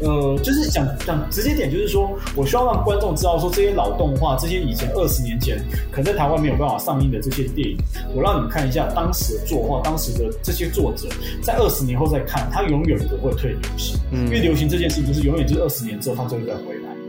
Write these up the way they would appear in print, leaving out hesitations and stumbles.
就是讲直接点，就是说我希望让观众知道说这些老动画，这些以前20年前可能在台湾没有办法上映的这些电影，我让你们看一下当时的作画，当时的这些作者，在20年后再看，他永远不会退流行，因为流行这件事情就是永远就是20年之后他就会再回来。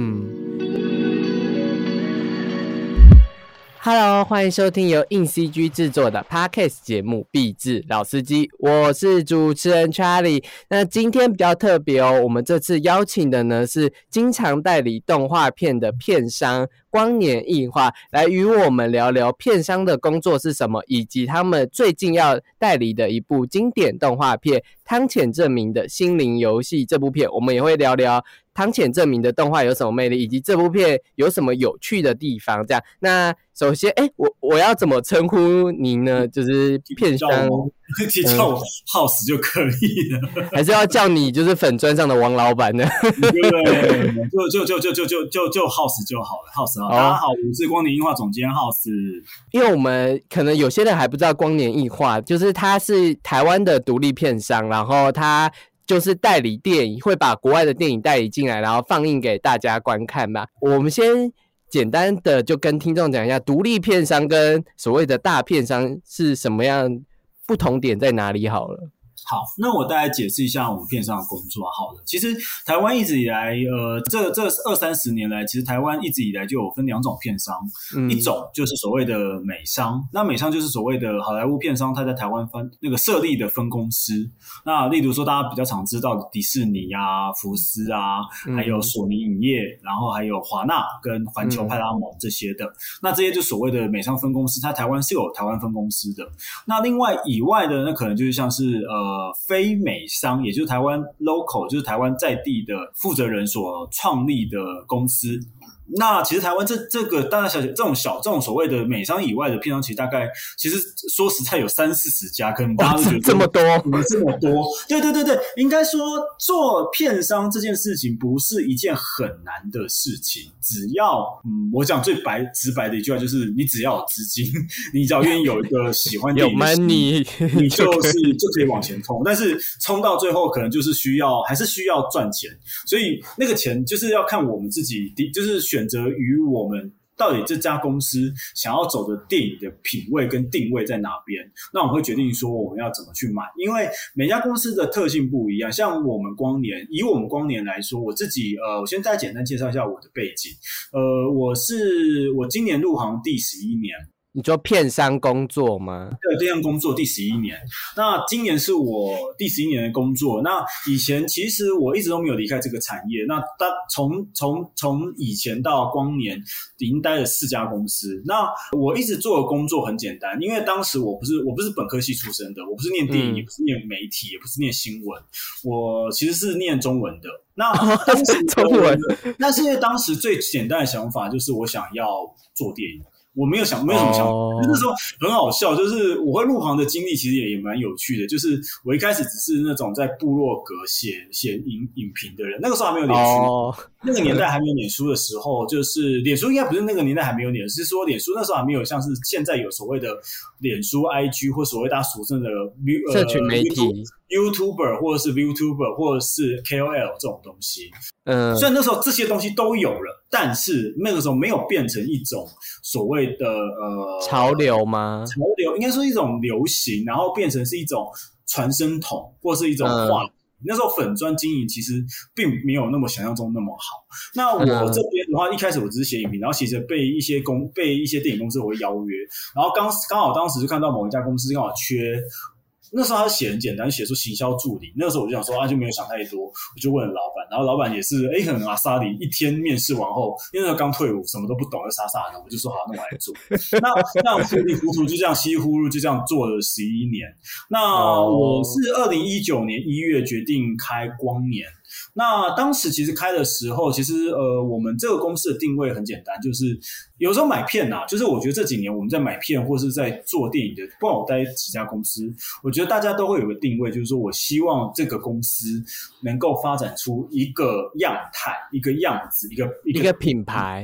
Hello， 欢迎收听由InCG 制作的 Podcast 节目《壁纸老司机》，我是主持人 Charlie。那今天比较特别哦，我们这次邀请的呢是经常代理动画片的片商光年映画，来与我们聊聊片商的工作是什么，以及他们最近要代理的一部经典动画片汤浅政明的《心灵游戏》这部片，我们也会聊聊汤浅政明的动画有什么魅力，以及这部片有什么有趣的地方。这样，那首先，我要怎么称呼您呢？就是片商， 叫我 House 就可以了， 还是要叫你就是粉专上的王老板呢？ 对，就 House 就好了。House，大家好，我是光年映画总监 House。 因为我们可能有些人还不知道光年映画，就是它是台湾的独立片商，然后它就是代理电影，会把国外的电影代理进来，然后放映给大家观看吧。我们先简单的就跟听众讲一下，独立片商跟所谓的大片商是什么样不同点在哪里好了。 好，那我大概解释一下我们片商的工作好了。其实台湾一直以来，这20-30年来，其实台湾一直以来就有分两种片商，一种就是所谓的美商，那美商就是所谓的好莱坞片商，它在台湾那个设立的分公司。那例如说大家比较常知道的迪士尼啊、福斯啊，还有索尼影业，然后还有华纳跟环球派拉蒙这些的，那这些就所谓的美商分公司，它台湾是有台湾分公司的。那另外以外的，那可能就是像是非美商，也就是台湾 local， 就是台湾在地的负责人所创立的公司。那其实台湾这个大大小小这种所谓的美商以外的片商，其实大概其实说实在有30-40家，可能大家都觉得这么多， 这么多。对，应该说做片商这件事情不是一件很难的事情，只要我讲最直白的一句话就是你只要有资金，你只要愿意有一个喜欢电影的心，你就可以往前冲。但是冲到最后可能就是还是需要赚钱，所以那个钱就是要看我们自己，就是选择于我们到底这家公司想要走的电影的品味跟定位在哪边，那我们会决定说我们要怎么去买。因为每家公司的特性不一样，像我们光年，以我们光年来说，我自己我先再简单介绍一下我的背景。我今年入行第11年。 你说片商工作吗？ 对，片商工作第11年。那今年是我第11年的工作。那以前其实我一直都没有离开这个产业。那从以前到光年已经待了4家公司。那我一直做的工作很简单，因为当时我不是本科系出身的，我不是念电影，也不是念媒体，也不是念新闻，我其实是念中文的。那当时中文， 那是因为当时最简单的想法就是我想要做电影。我没有什么想法，那时候很好笑，就是我会入行的经历其实也蛮有趣的，就是我一开始只是那种在部落格写影评的人，那个时候还没有脸书，那个年代还没有脸书的时候，就是脸书应该不是那个年代还没有脸书，是说脸书那时候还没有像是现在有所谓的脸书 IG 或所谓大家俗称的社群媒体 YouTuber 或者是 VTuber 或者是 KOL 这种东西。虽然那时候这些东西都有了，但是那个时候没有变成一种所谓的潮流吗？ 潮流应该说一种流行，然后变成是一种传声筒或是一种话题。那时候粉专经营其实并没有那么想象中那么好。那我这边的话，一开始我只是写影评，然后写着被一些电影公司我会邀约，然后刚好当时就看到某一家公司刚好缺。那时候他写很简单，写出行销助理。那个时候我就想说就没有想太多，我就问了老板，然后老板也是很阿萨里，一天面试完后，因为那时候刚退伍，什么都不懂，就傻傻的，我就说好，那我来做。那我糊里糊涂就这样稀里糊涂就这样做了11年。那我是2019年1月决定开光年。那当时其实开的时候，其实我们这个公司的定位很简单，就是有时候买片就是我觉得这几年我们在买片或是在做电影的，不管我待几家公司，我觉得大家都会有个定位，就是说我希望这个公司能够发展出一个样态、一个样子、一个品牌。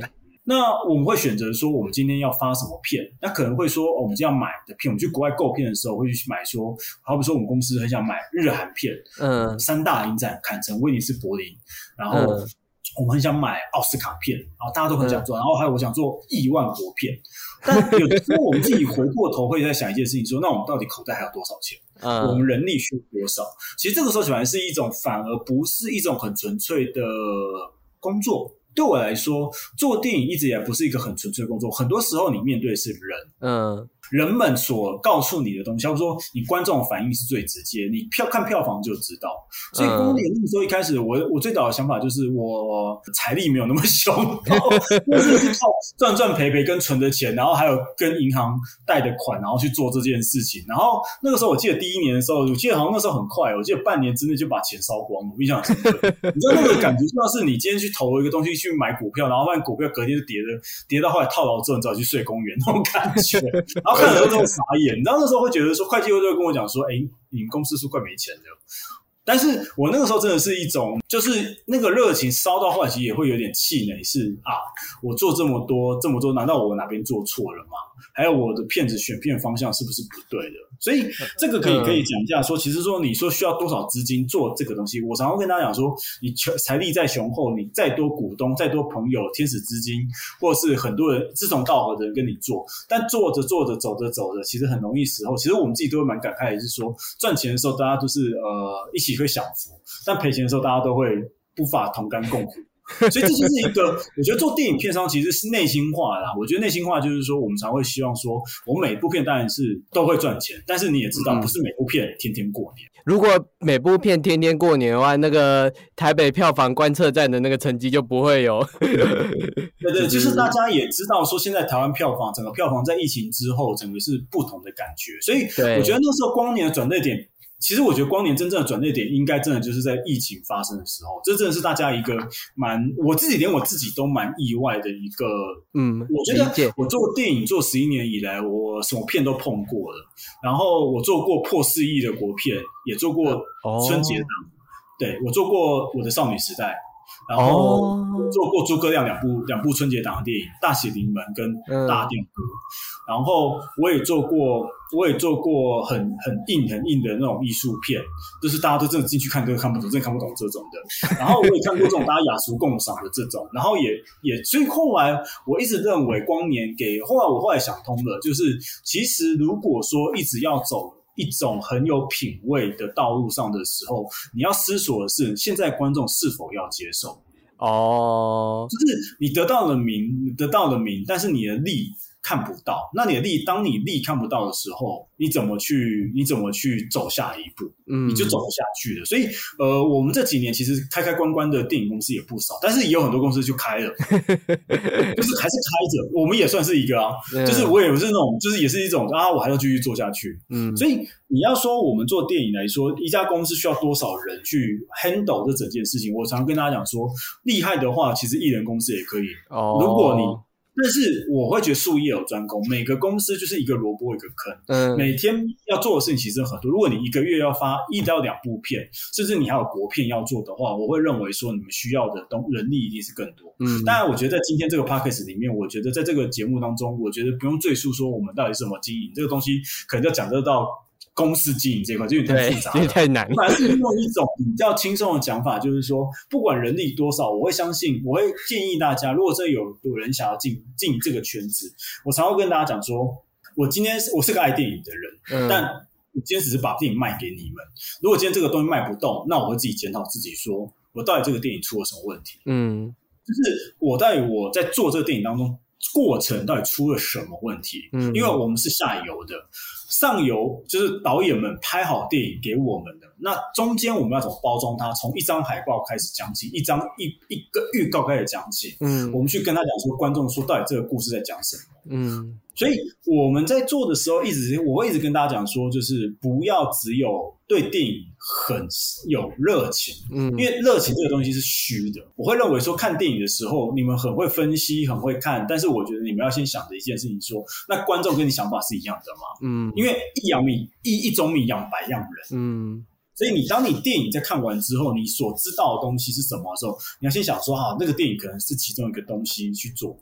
那我们会选择说，我们今天要发什么片？那可能会说，我们今天要买的片，我们去国外购片的时候会去买说，好比说我们公司很想买日韩片，3大影展坎城、威尼斯、柏林，然后我们很想买奥斯卡片，然后大家都很想做，然后还有我想做亿万国片，但有的时候我们自己回过头会在想一件事情说，那我们到底口袋还有多少钱？我们人力需要多少？其实这个时候反而是一种，反而不是一种很纯粹的工作。对我来说，做电影一直以来不是一个很纯粹的工作，很多时候你面对的是人，人们所告诉你的东西，要说你观众的反应是最直接，你看票房就知道。所以光年那个时候一开始，我最早的想法就是我财力没有那么凶，然后就是靠赚赔跟存的钱，然后还有跟银行贷的款，然后去做这件事情。然后那个时候我记得第一年的时候，我记得好像那时候很快，我记得半年之内就把钱烧光了，我印象很深刻。你知道那个感觉就像是你今天去投一个东西去买股票，然后发现股票隔天就跌到后来套牢之后，你只好去睡公园那种感觉，然后看了之后傻眼。你知道那时候会觉得说，会计会就会跟我讲说，你们公司是快没钱的。但是我那个时候真的是一种，就是那个热情烧到后来，其实也会有点气馁，是我做这么多，难道我哪边做错了吗？还有我的片子选片方向是不是不对的？所以这个可以讲一下说，其实说你说需要多少资金做这个东西，我常常跟大家讲说，你财力再雄厚，你再多股东，再多朋友、天使资金，或者是很多人志同道合的人跟你做，但做着走着，其实很容易时候，其实我们自己都会蛮感慨的，是说赚钱的时候大家都是一起会享福，但赔钱的时候大家都会不法同甘共苦。所以这就是一个，我觉得做电影片商其实是内心化啦。我觉得内心化就是说，我们常会希望说，我每部片当然是都会赚钱，但是你也知道，不是每部片天天过年。 如果每部片天天过年的话，那个台北票房观测站的那个成绩就不会有。 对，就是大家也知道说，现在台湾票房整个票房在疫情之后，整个是不同的感觉。所以我觉得那时候光年的转捩点。其实我觉得光年真正的转捩点应该真的就是在疫情发生的时候，这真的是大家一个我自己连我自己都蛮意外的一个，我觉得我做电影做11年以来，我什么片都碰过了，然后我做过破4亿的国片，也做过春节档，对，我做过我的少女时代，然后我做过诸葛亮两部春节档的电影，大血临门跟大电歌，然后我也做过很硬的那种艺术片，就是大家都真的进去看都看不懂，真的看不懂这种的。然后我也看过这种大家雅俗共赏的这种，然后也所以后来我一直认为光年我后来想通了，就是其实如果说一直要走一种很有品味的道路上的时候，你要思索的是现在观众是否要接受。就是你得到了名，但是你的利看不到，那当你利看不到的时候，你怎么去走下一步？你就走不下去了。所以我们这几年其实开关的电影公司也不少，但是也有很多公司就开了，就是还是开着。我们也算是一个就是我也是那种，就是也是一种我还要继续做下去。所以你要说我们做电影来说，一家公司需要多少人去 handle 这整件事情？我常跟大家讲说，厉害的话，其实艺人公司也可以。如果你但是我会觉得术业有专攻，每个公司就是一个萝卜一个坑，每天要做的事情其实很多。如果你一个月要发1到2部片，甚至你还有国片要做的话，我会认为说你们需要的人力一定是更多。当然我觉得在今天这个 podcast 里面，我觉得在这个节目当中，我觉得不用赘述说我们到底是怎么经营这个东西，可能就讲得到公司经营这一块就有点太复杂了， 对，太难了。 反而是用一种比较轻松的讲法，就是说，不管人力多少，我会建议大家，如果真的有人想要进这个圈子，我常会跟大家讲说，我是个爱电影的人，但我今天只是把电影卖给你们。如果今天这个东西卖不动，那我会自己检讨自己说，我到底这个电影出了什么问题？就是我在做这个电影当中，过程到底出了什么问题？因为我们是下游的。上游就是导演们拍好电影给我们的，那中间我们要怎么包装它？从一张海报开始讲起，一个预告开始讲起，我们去跟他讲说，观众说到底这个故事在讲什么？所以我们在做的时候，我会一直跟大家讲说，就是不要只有对电影很有热情，因为热情这个东西是虚的。我会认为说，看电影的时候，你们很会分析，很会看，但是我觉得你们要先想的一件事情说，那观众跟你想法是一样的吗？因为一种米养百样人，所以当你电影在看完之后，你所知道的东西是什么的时候，你要先想说那个电影可能是其中一个东西去做。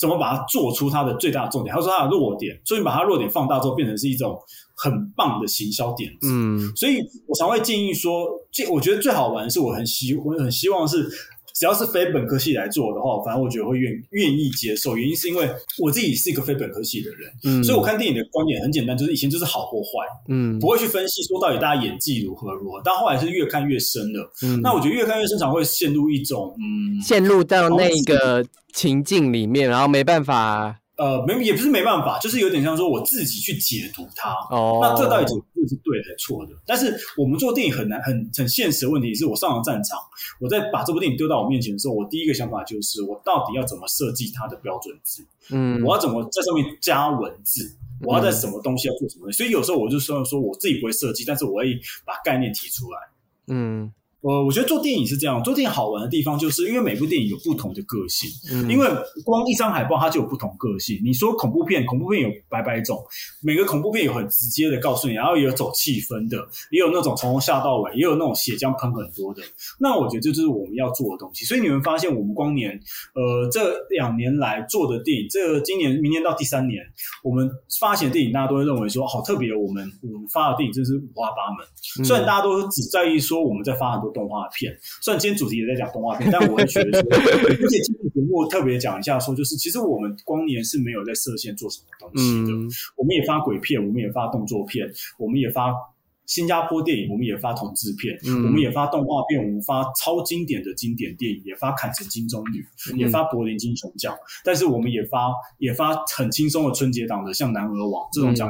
怎么把它做出它的最大的重点，他说它的弱点，所以把它弱点放大之后变成是一种很棒的行销点子。所以我常会建议说，我觉得最好玩的是我很希望是只要是非本科系来做的话，反正我觉得会愿意接受。原因是因为我自己是一个非本科系的人，所以我看电影的观点很简单，就是以前就是好或坏，不会去分析说到底大家演技如何，但后来是越看越深了。那我觉得越看越深，常会陷入一种陷入到那个情境里面，然后没办法。 也不是没办法，就是有点像说我自己去解读它。那这到底是对的还是错的？但是我们做电影很难很现实的问题是，我上了战场，我在把这部电影丢到我面前的时候，我第一个想法就是我到底要怎么设计它的标准字？我要怎么在上面加文字？我要在什么东西要做什么东西？所以有时候我就说我自己不会设计，但是我会把概念提出来。我觉得做电影是这样，做电影好玩的地方就是因为每部电影有不同的个性，因为光一张海报它就有不同个性。你说恐怖片有百种，每个恐怖片有很直接的告诉你，然后也有走气氛的，也有那种从头下到尾，也有那种血浆喷很多的。那我觉得这就是我们要做的东西。所以你们发现我们光年这2年来做的电影，今年明年到第3年，我们发行的电影大家都会认为说好特别，我们发的电影真是五花八门。虽然大家都只在意说我们在发很多动画片，虽然今天主题也在讲动画片，但我会觉得说，而且今天节目特别讲一下说，就是其实我们光年是没有在设限做什么东西的。我们也发鬼片，我们也发动作片，我们也发新加坡电影，我们也发同志片，我们也发动画片，我们发超经典的经典电影，也发坎城金棕榈，也发柏林金熊奖，但是我们也发很轻松的春节档的，像男儿网这种讲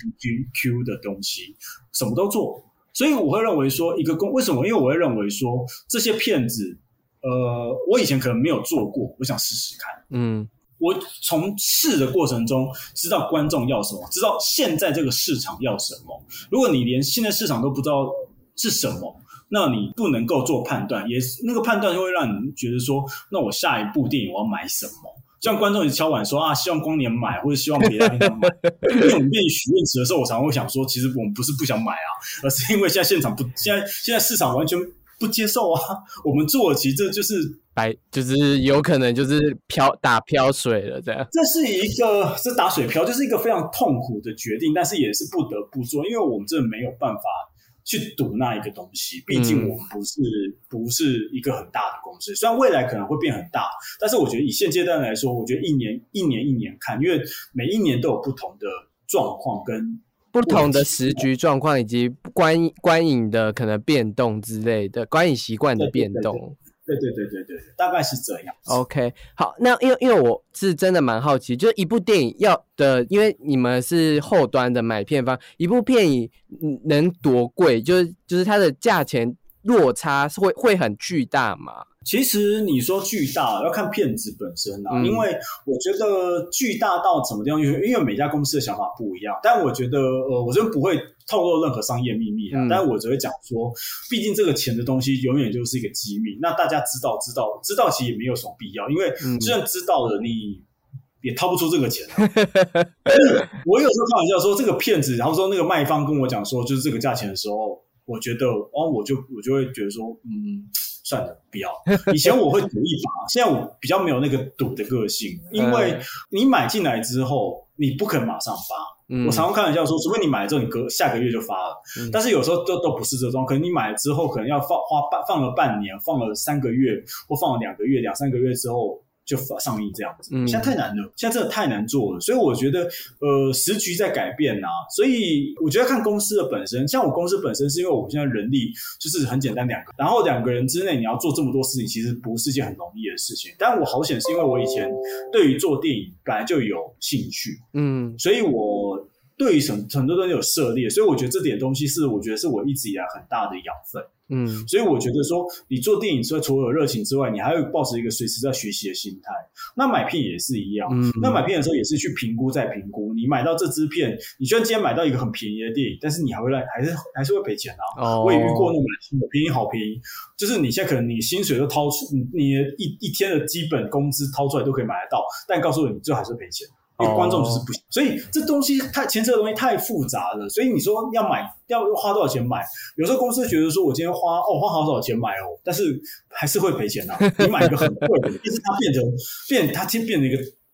LGBTQ 的东西，什么都做。所以我会认为说为什么？因为我会认为说这些片子，我以前可能没有做过，我想试试看。我从试的过程中知道观众要什么，知道现在这个市场要什么。如果你连现在市场都不知道是什么，那你不能够做判断，也那个判断就会让你觉得说，那我下一部电影我要买什么？像观众一直敲碗说希望光年买，或者希望别的地方买。因为我们变许愿池的时候，我常常会想说，其实我们不是不想买啊，而是因为现在现场现在市场完全不接受啊。我们做的其实这就是有可能就是打飘水了这样。 这打水漂就是一个非常痛苦的决定，但是也是不得不做，因为我们真的没有办法去赌那一个东西，毕竟我们不是一个很大的公司，虽然未来可能会变很大，但是我觉得以现阶段来说，我觉得一年看，因为每一年都有不同的状况跟不同的时局状况，以及观影的可能变动之类的，观影习惯的变动。 对，大概是这样。 OK， 好，那因为我是真的蛮好奇，就是一部电影因为你们是后端的买片方，一部片影能多贵？就是它的价钱落差会很巨大吗？ 其实你说巨大要看片子本身啊，因为我觉得巨大到什么地方，因为每家公司的想法不一样，但我觉得我这边不会透露任何商业秘密啊，但我只会讲说，毕竟这个钱的东西永远就是一个机密，那大家知道其实也没有什么必要，因为就算知道了你也掏不出这个钱啊。我有时候开玩笑说这个骗子，然后说那个卖方跟我讲说就是这个价钱的时候，我觉得我就会觉得说算了，不要。以前我会赌一把，现在我比较没有那个赌的个性，因为你买进来之后，你不可能马上发。我常常开玩笑说，除非你买了之后，你下个月就发了。但是有时候都不是这种，可能你买了之后，可能要放了半年，放了3个月，或放了2个月、2-3个月之后就上映这样子。现在太难了，现在真的太难做了。所以我觉得时局在改变啊，所以我觉得看公司的本身，像我公司本身是因为我们现在人力就是很简单2个，然后2个人之内你要做这么多事情，其实不是一件很容易的事情。但我好险是因为我以前对于做电影本来就有兴趣，所以我对于很多东西有涉猎，所以我觉得这点东西我觉得是我一直以来很大的养分。所以我觉得说你做电影除了有热情之外，你还会抱持一个随时在学习的心态。那买片也是一样，那买片的时候也是去评估再评估。你买到这支片，你虽然今天买到一个很便宜的电影，但是你还是会赔钱啊。我也遇过那种便宜好便宜，就是你现在可能你薪水都掏出，你的一天的基本工资掏出来都可以买得到，但告诉你最后还是赔钱。因为观众就是不行，所以这东西牵扯的东西太复杂了，所以你说要花多少钱买，有时候公司觉得说我今天花好少钱买但是还是会赔钱啊。你买一个很贵的，但是它变成一个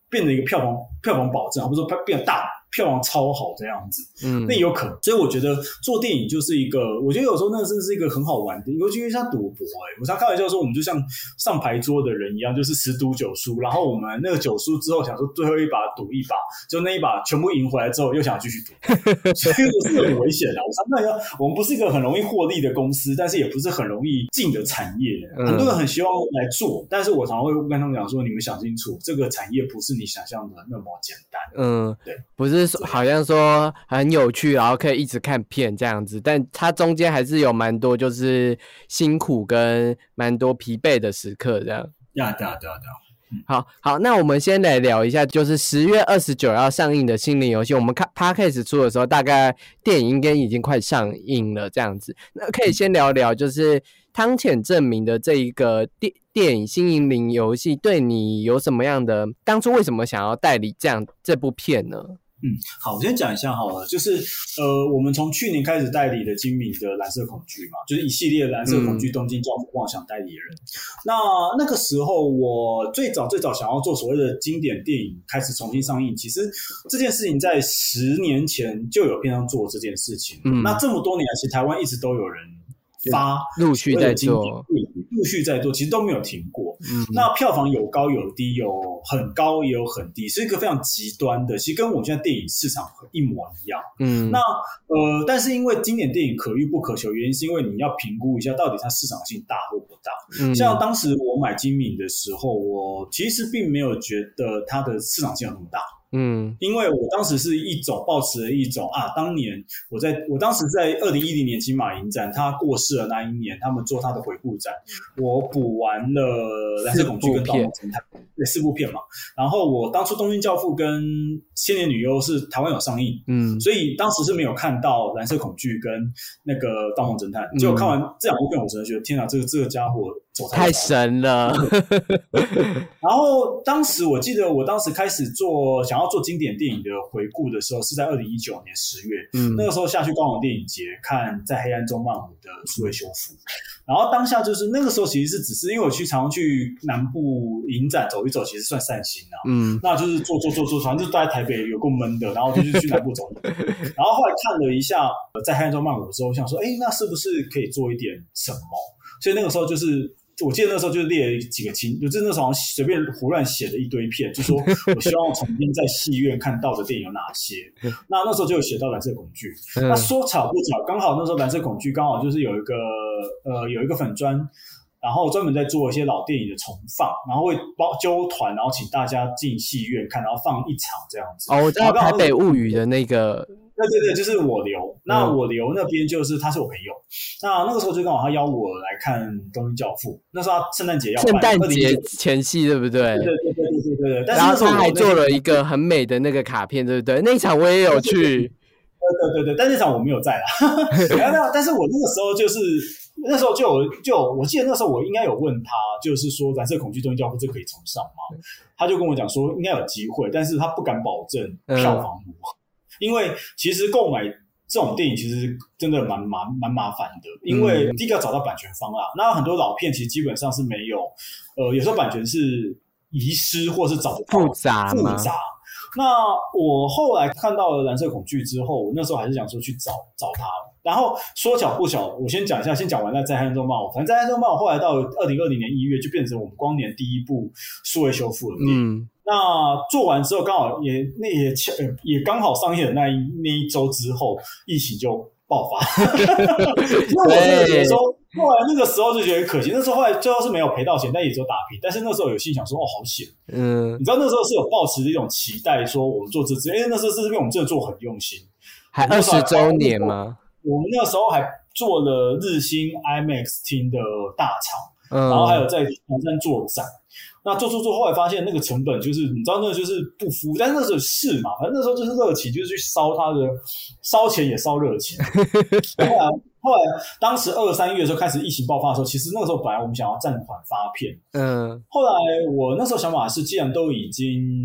变成一个票房保证，或者说变得票房超好这样子，那也有可能。所以我觉得做电影就是一个，我觉得有时候那真的是一个很好玩的，尤其是像赌博我常开玩笑说，我们就像上牌桌的人一样，就是10赌9输，然后我们那个9输之后想说最后一把赌一把，就那一把全部赢回来之后又想继续赌，所以我是很危险的。我常常讲，我们不是一个很容易获利的公司，但是也不是很容易进的产业。很多人很希望来做，但是我常会跟他们讲说，你们想清楚，这个产业不是你想象的那么简单。对， 不是好像说很有趣，然後可以一直看片这样子，但它中间还是有蛮多就是辛苦跟蛮多疲惫的时刻这样。 对。 好，那我们先来聊一下，就是10月29要上映的《心灵游戏》。我们看 Podcast 出的时候，大概电影应该已经快上映了这样子。那可以先聊聊，就是汤浅政明的这一个电影《心灵游戏》对你有什么样的？当初为什么想要代理这部片呢？ 好，我先讲一下好了，就是我们从去年开始代理的精明的蓝色恐惧嘛，就是一系列蓝色恐惧、东京教父、妄想代理人。那个时候我最早想要做所谓的经典电影开始重新上映，其实这件事情在10年前就有片商做这件事情。那这么多年来，其实台湾一直都有人陆续在做， 其实都没有停过。那票房有高有低，有很高也有很低，是一个非常极端的，其实跟我们现在电影市场一模一样。那但是因为经典电影可遇不可求，原因是因为你要评估一下到底它市场性大或不大。像当时我买精敏的时候，我其实并没有觉得它的市场性有那么大。因为我当时是抱持了一种当年我当时在2010年金马影展，他过世的那一年，他们做他的回顾展，我补完了蓝色恐惧跟盗梦侦探4部片嘛，然后我当初东京教父跟千年女优是台湾有上映，所以当时是没有看到蓝色恐惧跟那个盗梦侦探，结果看完这2部片，我真的觉得天哪，这个家伙太神了。 然后我记得我当时开始想要做经典电影的回顾的时候，是在2019年10月，那个时候下去高雄电影节看在黑暗中漫舞的数位修复，然后当下就是那个时候其实是只是因为我常常去南部影展走一走，其实算散心那就是做，反正就待在台北有够闷的，然后就是去南部走一走。然后后来看了一下在黑暗中漫舞之后，想说那是不是可以做一点什么，所以那个时候就是我记得那时候就列了几个就是那时候好像随便胡乱写了一堆片，就说我希望重新在戏院看到的电影有哪些。那时候就有写到蓝色恐惧。那说巧不巧，刚好那时候蓝色恐惧刚好就是有一个粉专，然后专门在做一些老电影的重放，然后会揪团，然后请大家进戏院看，然后放一场这样子。 我知道台北物语的那个。 对，就是我留。那我留那边就是他是我朋友，那个时候就刚好他邀我来看《东京教父》，那时候他圣诞节前夕，对不对？ 对。 然后他还做了一个很美的那个卡片，对不对？那一场我也有去。 对，但那场我没有在啦。但是我那个时候就是那时候就我记得那时候我应该有问他，就是说蓝色恐惧、东京教父这可以重上吗？他就跟我讲说应该有机会，但是他不敢保证票房如何。因为其实购买这种电影其实真的蛮麻烦的，因为第一个要找到版权方那很多老片其实基本上是没有，有时候版权是遗失或是找得到复杂。 那我后来看到了蓝色恐惧之后，我那时候还是想说去找他。然后说巧不巧，我先讲一下，先讲完那在黑暗中漫舞。反正在黑暗中漫舞后来到2020年1月就变成我们光年第一部数位修复的电影。那做完之后，刚好也刚好上映的那一周之后，疫情就爆发。那我真的觉得说，后来那个时候就觉得可惜。那时候后来最后是没有赔到钱，但也只有打平。但是那时候有心想说，好险。你知道那时候是有抱持一种期待，说我们做这支，那时候是因为我们真的做很用心。 还20周年吗？ 我们那个时候还做了日新 IMAX 厅的大场，然后还有在南山做展。那做，后来发现那个成本就是你知道那个就是不敷，但是那时候是嘛，反正那时候就是热情，就是去烧钱也烧热情。后来当时2、3月的时候开始疫情爆发的时候，其实那个时候本来我们想要暂缓发片，后来我那时候想法是，既然都已经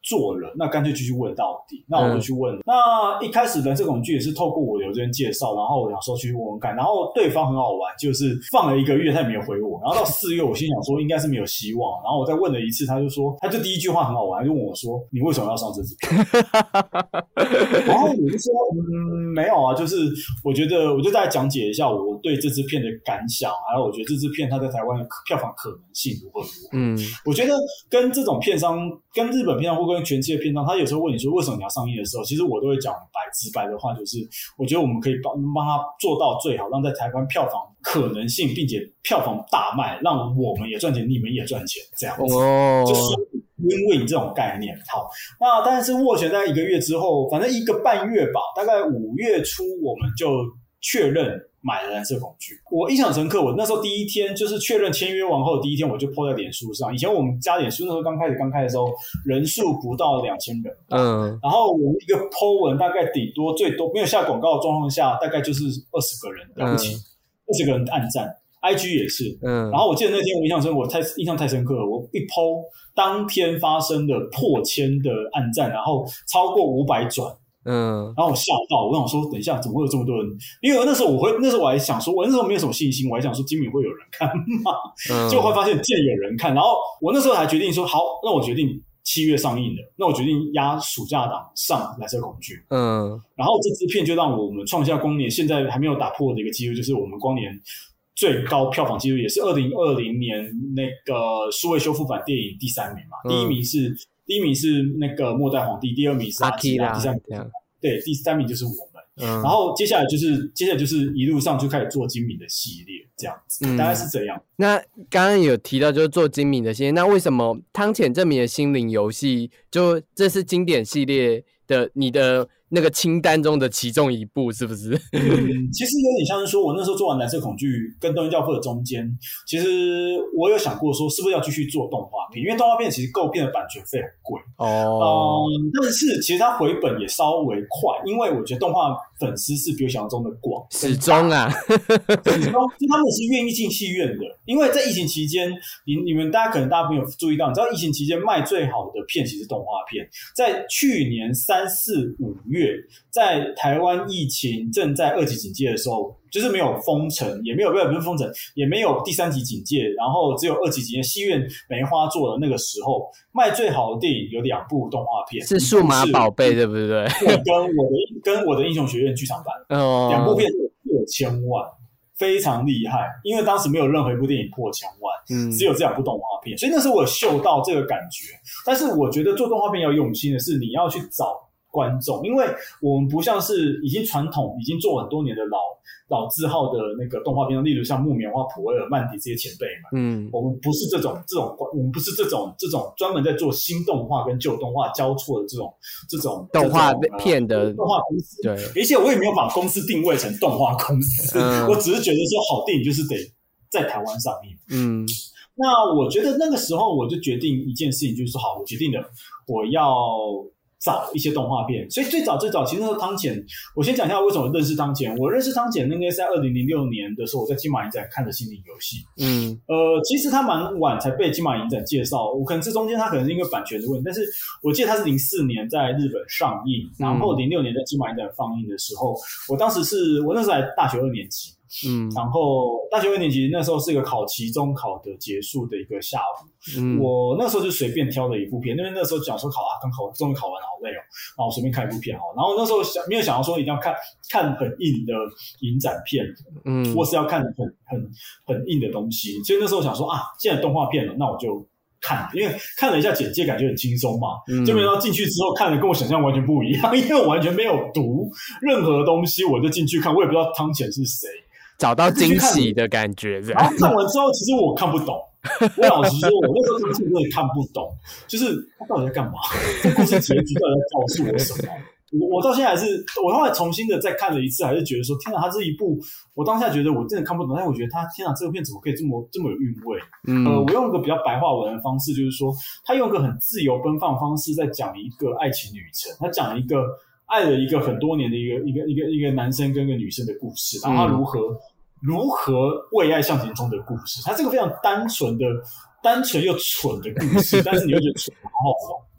做了，那干脆继续问到底。那我就去问了。那一开始人设恐惧也是透过我有这边介绍，然后我想说去问问看，然后对方很好玩，就是放了1个月他也没有回我，然后到4月我心想说应该是没有希望，然后我再问了一次，他就第一句话很好玩，他就问我说你为什么要上这支片？然后我就说没有啊，就是我就再讲解一下我对这支片的感想，还有我觉得这支片它在台湾的票房可能性如何。我觉得跟这种片商，跟日本片商或跟全世界片商，他有时候问你说为什么你要上映的时候，其实我都会讲直白的话，就是我觉得我们可以帮他做到最好，让在台湾票房可能性，并且票房大卖，让我们也赚钱，你们也赚钱，这样子，就是win-win这种概念。好，那当然是斡旋在1个月之后，反正1个半月吧，大概5月初我们就确认买了蓝色恐惧。我印象深刻，我那时候第一天就是确认签约完后的第一天，我就 po 在脸书上。以前我们加脸书那时候刚开的时候，人数不到2000人，然后我们一个 po 文大概顶多最多没有下广告的状况下，大概就是20个人，了不起，20个人按赞。IG 也是，然后我记得那天我印象太深刻了，我一 po 当天发生的破千的按赞，然后超过500转。然后我吓到，我想说等一下怎么会有这么多人，因为那时候我还想说，我那时候没有什么信心，我还想说今敏会有人看嘛，结果会发现竟然有人看，然后我那时候还决定说好，那我决定7月上映的，那我决定压暑假档上蓝色恐惧，然后这支片就让我们创下光年现在还没有打破的一个记录，就是我们光年最高票房纪录，也是2020年那个数位修复版电影第3名嘛，第一名是那个末代皇帝，第2名是阿基拉，第3名对，第3名就是我们，然后接下来就是一路上就开始做精明的系列，这样子，大概是这样。 那刚刚有提到就是做精明的系列，那为什么汤浅政明的心灵游戏就这是经典系列的你的那个清单中的其中一部，是不是？ 其实有点像是说，我那时候做完蓝色恐惧跟东京教父的中间，其实我有想过说，是不是要继续做动画片？因为动画片其实购片的版权费很贵但是其实它回本也稍微快，因为我觉得动画粉丝是比我想象中的广， 始终啊， 始终他们是愿意进戏院的，因为在疫情期间，你们大家没有注意到，你知道疫情期间卖最好的片其实是动画片，在去年3、4、5月，在台湾疫情正在2级警戒的时候，就是没有封城，也没有不是封城，也没有第3级警戒，然后只有2级警戒，戏院梅花座的那个时候，卖最好的电影有2部动画片， 是数码宝贝对不对？ 跟我的英雄学院剧场版，2部片破1000万。非常厉害，因为当时没有任何一部电影破1000万，只有这2部动画片，所以那时候我有嗅到这个感觉。但是我觉得做动画片要用心的是，你要去找观众，因为我们不像是已经传统、已经做很多年的老字号的那个动画片，例如像木棉花、普威尔、曼迪这些前辈们，我们不是这种，我们不是这种专门在做新动画跟旧动画交错的这种动画片的动画公司。 对， 而且我也没有把公司定位成动画公司，我只是觉得说好电影就是得在台湾上映。那我觉得那个时候我就决定一件事情，就是说好，我决定了，我要找一些动画片，所以最早其实那时候汤浅，我先讲一下为什么认识汤浅。我认识汤浅应该是在2006年的时候，我在金马影展看的心灵游戏。其实他蛮晚才被金马影展介绍，我可能这中间他可能是因为版权的问题，但是我记得他是04年在日本上映，然后06年在金马影展放映的时候，我那时候还大学2年级。然后大学2年级那时候是一个考期中考的结束的一个下午，我那时候就随便挑了一部片，因为那时候讲说终于考完了，好累哦，然后随便看一部片好，然后那时候没有想到说一定要看很硬的影展片，或是要看很硬的东西，所以那时候想说既然动画片了，那我就看，因为看了一下简介，感觉很轻松嘛，就没想到进去之后看的跟我想象完全不一样，因为我完全没有读任何东西，我就进去看，我也不知道汤浅是谁。 找到惊喜的感觉， 然后看完之后，其实我看不懂。我老实说，我那时候真的看不懂，就是他到底在干嘛？这故事结局到底在告诉我什么？我到现在我后来重新的再看了一次，还是觉得说，天哪，他这一部，我当下觉得我真的看不懂，但我觉得他，天哪，这个片怎么可以这么有韵味？我用一个比较白话文的方式，就是说，他用一个很自由奔放的方式在讲一个爱情旅程，他讲一个爱了一个很多年的一个男生跟一个女生的故事，然后他如何为爱向前冲的故事。他这个非常单纯又蠢的故事，但是你会觉得蠢好好玩。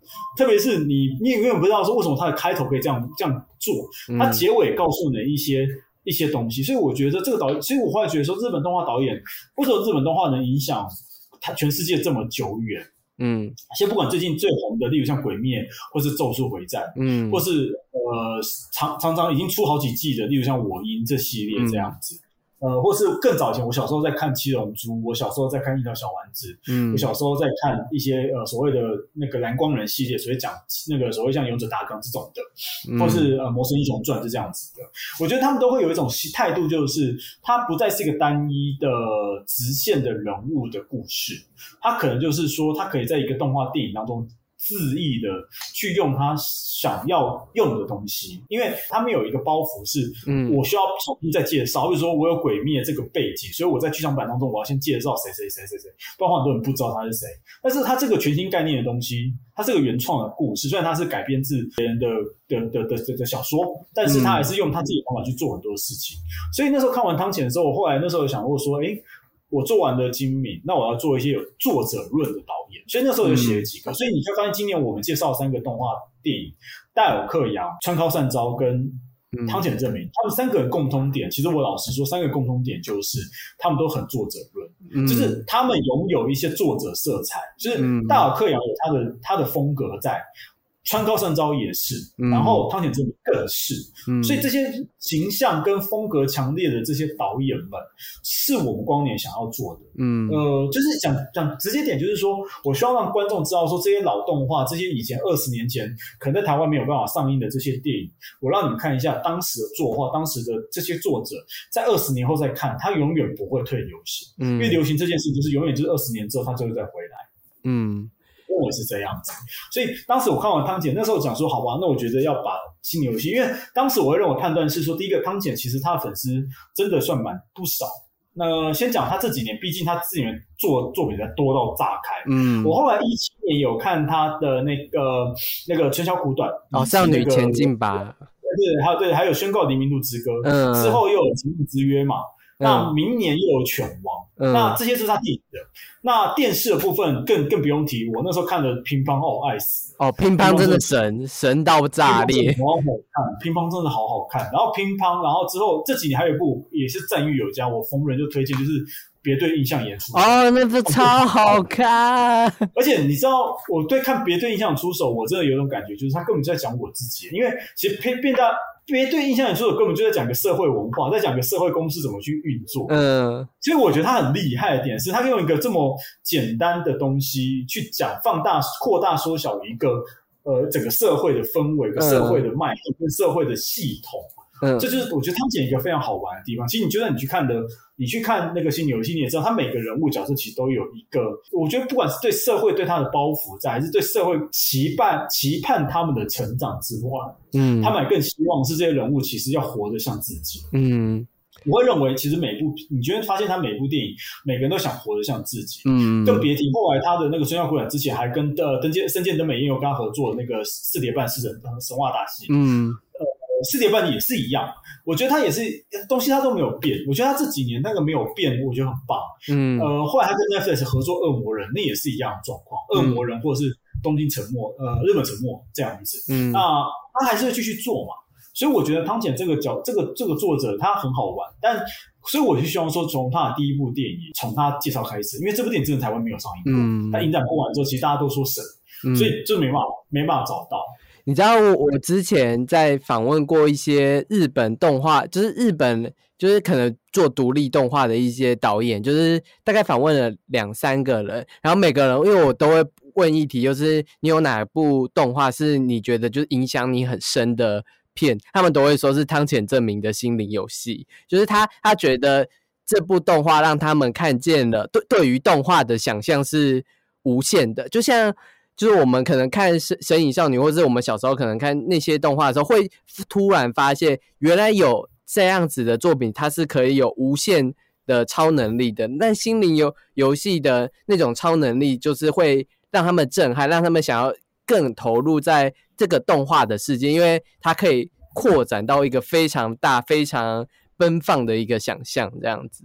特别是你永远不知道说为什么它的开头可以这样做，它结尾告诉你一些东西，所以我觉得这个导演，其实我后来觉得说，日本动画导演为什么日本动画能影响它全世界这么久远？先不管最近最红的，例如像《鬼灭》或是《咒术回战》，或是常常已经出好几季的，例如像《我音》这系列这样子。或是更早以前，我小时候在看《七龙珠》，我小时候在看《樱桃小丸子》，我小时候在看一些所谓的那个蓝光人系列，所以讲那个所谓像《勇者大纲》这种的，或是《魔神英雄传》是这样子的。我觉得他们都会有一种态度，就是它不再是一个单一的直线的人物的故事，它可能就是说，它可以在一个动画电影当中恣意的去用他想要用的东西，因为他们有一个包袱是，我需要重新再介绍，比如说我有鬼灭这个背景，所以我在剧场版当中我要先介绍谁，不然很多人不知道他是谁。但是他这个全新概念的东西，他这个原创的故事，虽然他是改编自别人的小说，但是他还是用他自己的方法去做很多事情。所以那时候看完汤浅的时候，我后来那时候有想过说，我做完了精敏，那我要做一些有作者论的导演，所以那时候就写了几个。所以你会发现，今年我们介绍3个动画电影，戴尔克洋、川尻善昭跟汤浅政明，他们3个人共通点，其实我老实说，3个共通点就是他们都很作者论，就是他们拥有一些作者色彩，就是戴尔克洋有他的风格在。川尻善昭也是，然后汤浅政明更是，所以这些形象跟风格强烈的这些导演们，是我们光年想要做的。就是讲直接点，就是说我希望让观众知道说，这些老动画，这些以前20年前可能在台湾没有办法上映的这些电影，我让你们看一下当时的作画，当时的这些作者，在20年后再看，他永远不会退流行，因为流行这件事就是永远就是20年之后，他就会再回来。认为是这样子，所以当时我看完汤浅，那时候讲说，好吧，那我觉得要把心理游戏，因为当时我会认为判断是说，第一个汤浅其实他的粉丝真的算蛮不少。那先讲他这几年，毕竟他自己作品才多到炸开。我后来17年有看他的那个春宵苦短少女前进吧， 对，还有宣告黎明路之歌，之后又有情侣之约嘛。那明年又有犬王，那这些是他自己的。那电视的部分更不用提，我那时候看的乒乓爱死乒乓真的神到炸裂， 好好看，乒乓真的好好看。然后乒乓，然后之后这几年还有一部也是赞誉有加，我逢人就推荐，就是别对印象演出那部超好看。 而且你知道，我对看别对印象出手，我真的有种感觉，就是他根本就在讲我自己，因为其实别对印象演出手根本就在讲个社会文化，在讲个社会公司怎么去运作。所以我觉得他很厉害的点是，他用一个这么简单的东西去讲，放大、扩大、缩小一个整个社会的氛围、一个社会的脉络跟社会的系统。这就是我觉得汤浅一个非常好玩的地方。其实你就算你去看那个心理游戏，你也知道他每个人物角色其实都有一个，我觉得不管是对社会对他的包袱在，还是对社会期盼他们的成长之外，他们也更希望是这些人物其实要活得像自己。我会认为其实你觉得发现他每部电影每个人都想活得像自己，更别提后来他的那个春宵苦短之前还跟深见登美彦佑跟他合作的那个4叠半式神话大戏。4叠半也是一样，我觉得他也是东西他都没有变，我觉得他这几年那个没有变，我觉得很棒。后来他跟 Netflix 合作恶魔人，那也是一样的状况，恶魔人或者是东京沉默日本沉默这样子。那他还是会继续做嘛，所以我觉得汤浅这个作者他很好玩，但所以我就希望说从他的第一部电影从他介绍开始，因为这部电影真的台湾没有上映过，他影展播完之后其实大家都说神，所以就没办法找到。 你知道我之前在访问过一些日本动画，就是日本就是可能做独立动画的一些导演，就是大概访问了2-3个人，然后每个人因为我都会问一题，就是你有哪部动画是你觉得就是影响你很深的片，他们都会说是汤浅政明的心灵游戏，就是他觉得这部动画让他们看见了对于动画的想象是无限的，就是我们可能看神隐少女，或者是我们小时候可能看那些动画的时候，会突然发现原来有这样子的作品，它是可以有无限的超能力的。但心灵游戏的那种超能力，就是会让他们震撼，让他们想要更投入在这个动画的世界，因为它可以扩展到一个非常大、非常奔放的一个想象，这样子。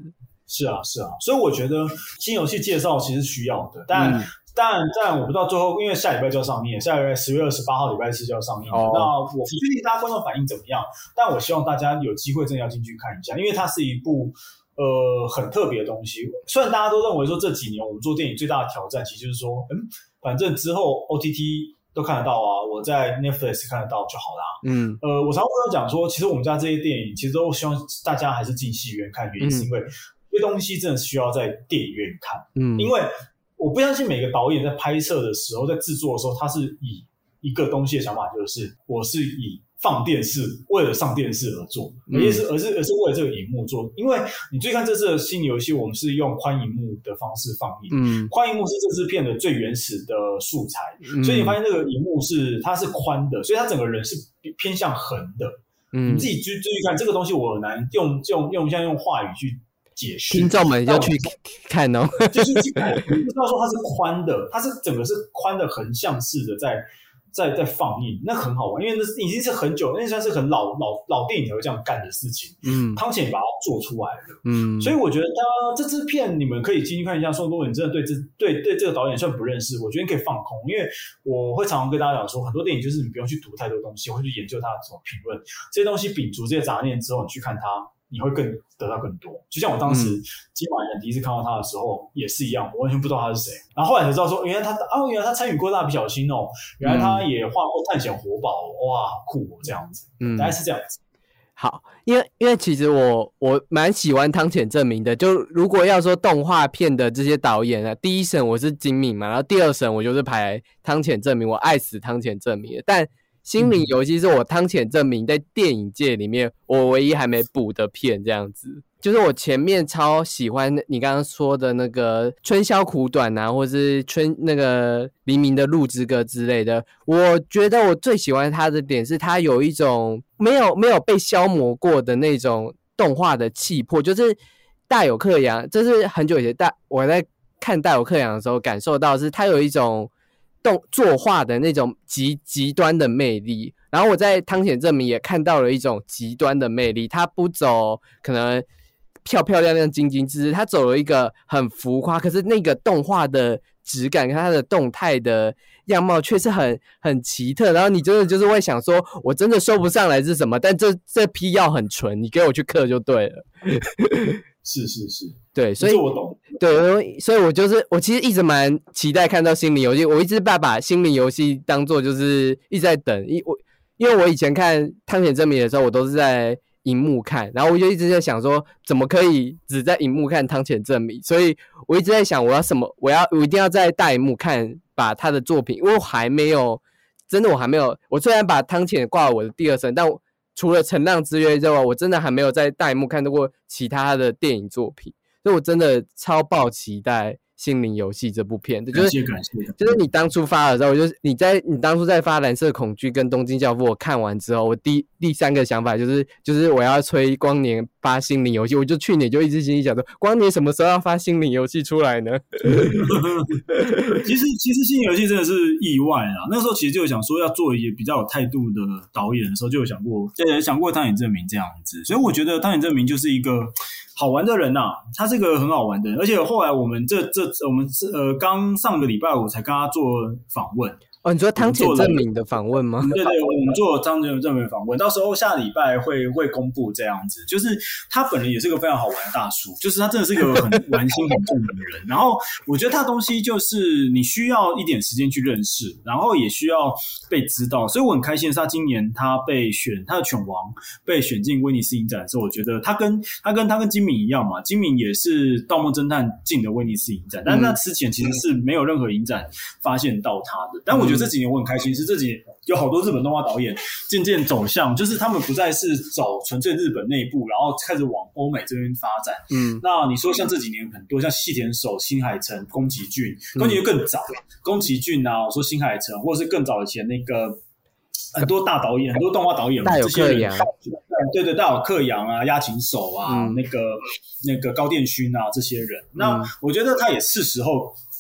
是啊，所以我觉得新游戏介绍其实需要的，但我不知道最后，因为下礼拜就要上映，下礼拜10月28号礼拜4就要上映。那我不确定大家观众反应怎么样，但我希望大家有机会真的要进去看一下，因为它是一部很特别的东西。虽然大家都认为说这几年我们做电影最大的挑战，其实就是说，反正之后 OTT 都看得到啊，我在 Netflix 看得到就好啦。我常常跟他讲说，其实我们家这些电影其实都希望大家还是进戏院看，原因是因为这些东西真的是需要在电影院看。因为我不相信每个导演在拍摄的时候，在制作的时候，他是以一个东西的想法，就是我是以放电视，为了上电视而做，而是为了这个荧幕做。因为你注意看这次的新游戏，我们是用宽荧幕的方式放映，宽荧幕是这支片的最原始的素材，所以你发现这个荧幕它是宽的，所以它整个人是偏向横的。你自己注意看这个东西，我很难用话语去解释， 听众们要去看哦， 就是你不知道说它是宽的，它是整个是宽的横向式的在放映，那很好玩，因为那已经是很久，那算是很老电影才会这样干的事情。汤浅把它做出来了。所以我觉得这支片你们可以进去看一下，说如果你真的对这个导演算不认识，我觉得你可以放空，因为我会常常跟大家讲说，很多电影就是你不用去读太多东西，或去研究它的什么评论，这些东西摒除这些杂念之后，你去看它，你会得到更多。就像我当时金马人第一次看到他的时候也是一样，我完全不知道他是谁，然后后来才知道说原来他参与过蜡笔小新哦，原来他也画过探险活宝，哇，好酷哦，这样子。大概是这样子。 好，因为其实我蛮喜欢汤浅政明的，就如果要说动画片的这些导演啊，第一审我是金敏嘛，然后第二审我就是排汤浅政明，我爱死汤浅政明了。但心灵游戏是我汤浅政明在电影界里面我唯一还没补的片，这样子。就是我前面超喜欢你刚刚说的那个春宵苦短啊，或是那个黎明的鹿之歌之类的，我觉得我最喜欢他的点是他有一种没有被消磨过的那种动画的气魄，就是大有克洋，这是很久以前我在看大有克洋的时候感受到，是他有一种作画的那种极端的魅力，然后我在汤浅政明也看到了一种极端的魅力，他不走可能漂漂亮亮精精致致，他走了一个很浮夸，可是那个动画的质感跟他的动态的样貌却是很奇特，然后你真的就是会想说我真的说不上来是什么，但这批药很纯，你给我去嗑就对了。 是， 对，所以我懂。 对，所以我其实一直蛮期待看到心灵游戏，我一直把心灵游戏当作就是一直在等，因为我以前看汤浅政明的时候，我都是在荧幕看，然后我就一直在想说怎么可以只在荧幕看汤浅政明，所以我一直在想我一定要在大荧幕看把他的作品，因为我还没有，我虽然把汤浅挂了我的第二声，但除了乘浪之约之外，我真的还没有在大荧幕看到过其他的电影作品，所以我真的超爆期待心灵游戏这部片的， 就是你当初发的时候，你当初在发蓝色恐惧跟东京教父，我看完之后，我第三个想法就是我要催光年发心灵游戏，我就去年就一直心里想说，光年什么时候要发心灵游戏出来呢？ 其实心灵游戏真的是意外啊！那时候其实就有想说要做一个比较有态度的导演的时候，就有想过汤浅政明这样子，所以我觉得汤浅政明就是一个好玩的人呐，他是一个很好玩的人，而且后来我们刚上个礼拜我才跟他做访问。 哦，你说汤浅政明的访问吗？ 对，我们做汤浅政明访问，到时候下礼拜会公布这样子。就是他本人也是个非常好玩的大叔，就是他真的是一个很玩心很重的人。然后我觉得他的东西就是你需要一点时间去认识，然后也需要被知道。所以我很开心的是，他今年他的犬王被选进威尼斯影展的时候，我觉得他跟金敏一样嘛，金敏也是盗梦侦探进的威尼斯影展，但那之前其实是没有任何影展发现到他的。但我觉得这几年我很开心，是这几年有好多日本动画导演渐渐走向，就是他们不再是走纯粹日本内部，然后开始往欧美这边发展。那你说像这几年很多像细田守、新海诚、宫崎骏更早，宫崎骏啊，我说新海诚，或者是更早以前那个很多大导演、很多动画导演， 大有克洋， 对，大有克洋啊、押井守啊、那个高畑勋啊这些人。那我觉得他也是时候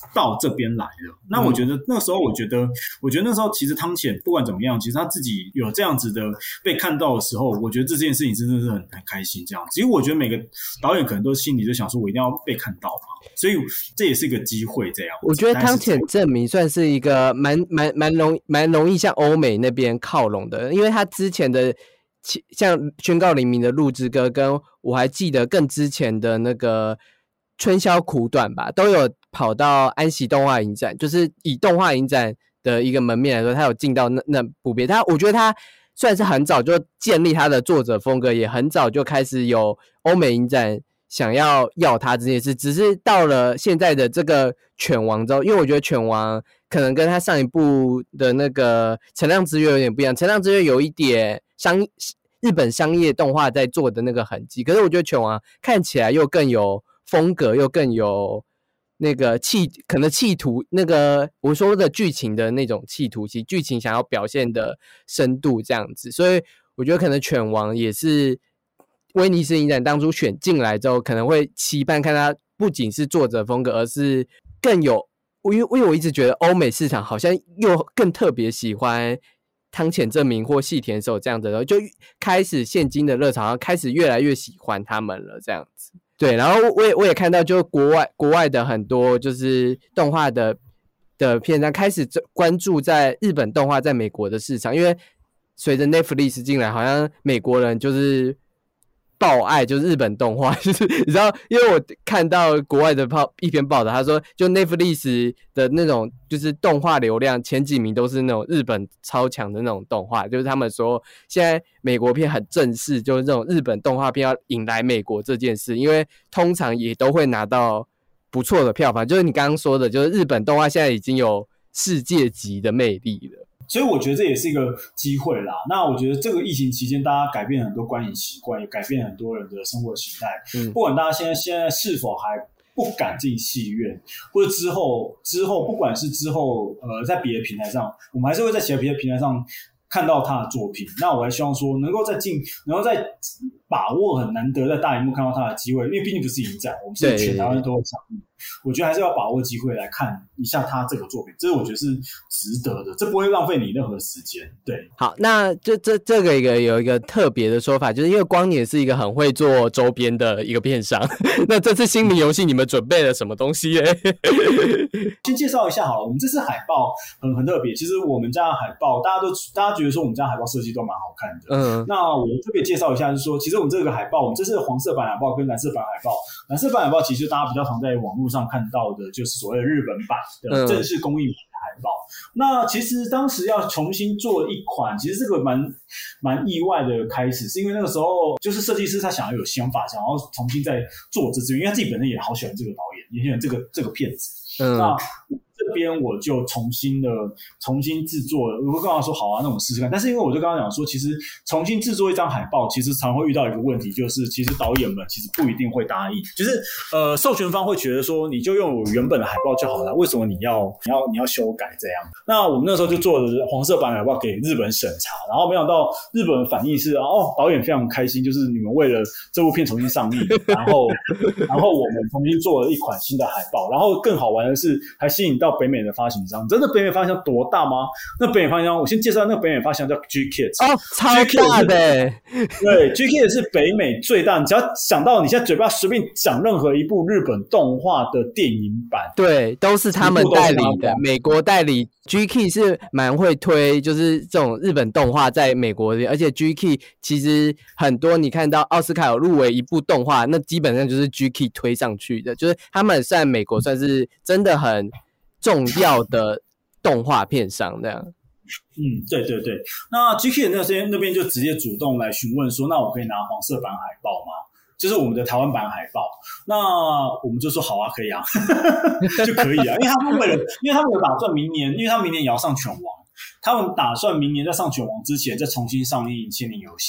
到这边来了。那我觉得那时候，我觉得那时候其实汤浅不管怎么样，其实他自己有这样子的被看到的时候，我觉得这件事情真的是很开心这样子。因为我觉得每个导演可能都心里就想说，我一定要被看到嘛，所以这也是一个机会这样。 我觉得汤浅政明算是一个蛮容易向欧美那边靠拢的，因为他之前的像宣告黎明的录之歌，跟我还记得更之前的那个春宵苦短吧，都有跑到安习动画影展，就是以动画影展的一个门面来说，他有进到那部片。我觉得他算是很早就建立他的作者风格，也很早就开始有欧美影展想要他这件事，只是到了现在的这个犬王之后，因为我觉得犬王可能跟他上一部的那个陈亮之约有点不一样，陈亮之约有一点日本商业动画在做的那个痕迹，可是我觉得犬王看起来又更有风格，又更有那个可能企图，那个我说的剧情的那种企图，其实剧情想要表现的深度这样子，所以我觉得可能犬王也是威尼斯影展当初选进来之后，可能会期盼看他不仅是作者风格，而是更有，因为我一直觉得欧美市场好像又更特别喜欢汤浅政明或细田守这样的，就开始现今的热潮开始越来越喜欢他们了这样子。对，然后我也看到就国外的很多就是动画的片商开始关注在日本动画在美国的市场，因为随着 Netflix 进来，好像美国人就是爆爱就是日本动画，就是你知道，因为我看到国外的一篇报道，他说就 Netflix 的那种就是动画流量前几名都是那种日本超强的那种动画，就是他们说现在美国片很正式，就是这种日本动画片要引来美国这件事，因为通常也都会拿到不错的票房，就是你刚刚说的，就是日本动画现在已经有世界级的魅力了。 所以我觉得这也是一个机会啦。那我觉得这个疫情期间，大家改变很多观影习惯，也改变很多人的生活形态。不管大家现在是否还不敢进戏院，或者之后不管是之后在别的平台上，我们还是会在其他别的平台上看到他的作品。那我还希望说能够再把握很难得在大荧幕看到他的机会，因为毕竟不是影展，我们是全台湾都有场域。我觉得还是要把握机会来看一下他这个作品，这我觉得是值得的，这不会浪费你任何时间。对， 好，那这个有一个特别的说法，就是因为光也是一个很会做周边的一个片商，那这次新名游戏你们准备了什么东西耶？ 先介绍一下好了，我们这次海报很特别。其实我们家的海报，大家觉得说我们家海报设计都蛮好看的。那我特别介绍一下，就是说，其实我们这个海报，我们这次黄色版海报跟蓝色版海报，蓝色版海报其实大家比较常在网络上看到的，就是所谓的日本版的正式公映版的海报。那其实当时要重新做一款，其实这个蛮意外的开始，是因为那个时候就是设计师他想要有想法，想要重新再做这支，因为他自己本身也好喜欢这个导演，也喜欢这个片子。那这边我就重新制作了。我刚刚说好啊，那我们试试看。但是因为我就刚刚讲说，其实重新制作一张海报，其实常会遇到一个问题，就是其实导演们其实不一定会答应，就是授权方会觉得说，你就用我原本的海报就好了，为什么你要修改这样？那我们那时候就做了黄色版海报给日本审查，然后没想到日本的反应是导演非常开心，就是你们为了这部片重新上映，然后我们重新做了一款新的海报，然后更好玩的是还吸引到北美的发行商。真的北美发行商多大吗？那北美发行商，我先介绍那个北美发行商叫 G-Kids。 超大的对 G-Kids 是北美最大，你只要想到你现在嘴巴随便讲任何一部日本动画的电影版， 对，都是他们代理的，美国代理。G-Key 是蛮会推就是这种日本动画在美国的，而且 G-Key 其实很多你看到奥斯卡有入围一部动画，那基本上就是 G-Key 推上去的，就是他们在美国算是真的很重要的动画片商这样。 对对对。那 G-Key 那边就直接主动来询问说，那我可以拿黄色版海报吗？就是我们的台湾版海报，那我们就说好啊，可以啊，就可以啊，因为他们有打算明年，因为他们明年也要上拳王，他们打算明年在上拳王之前再重新上映《千年游戏》。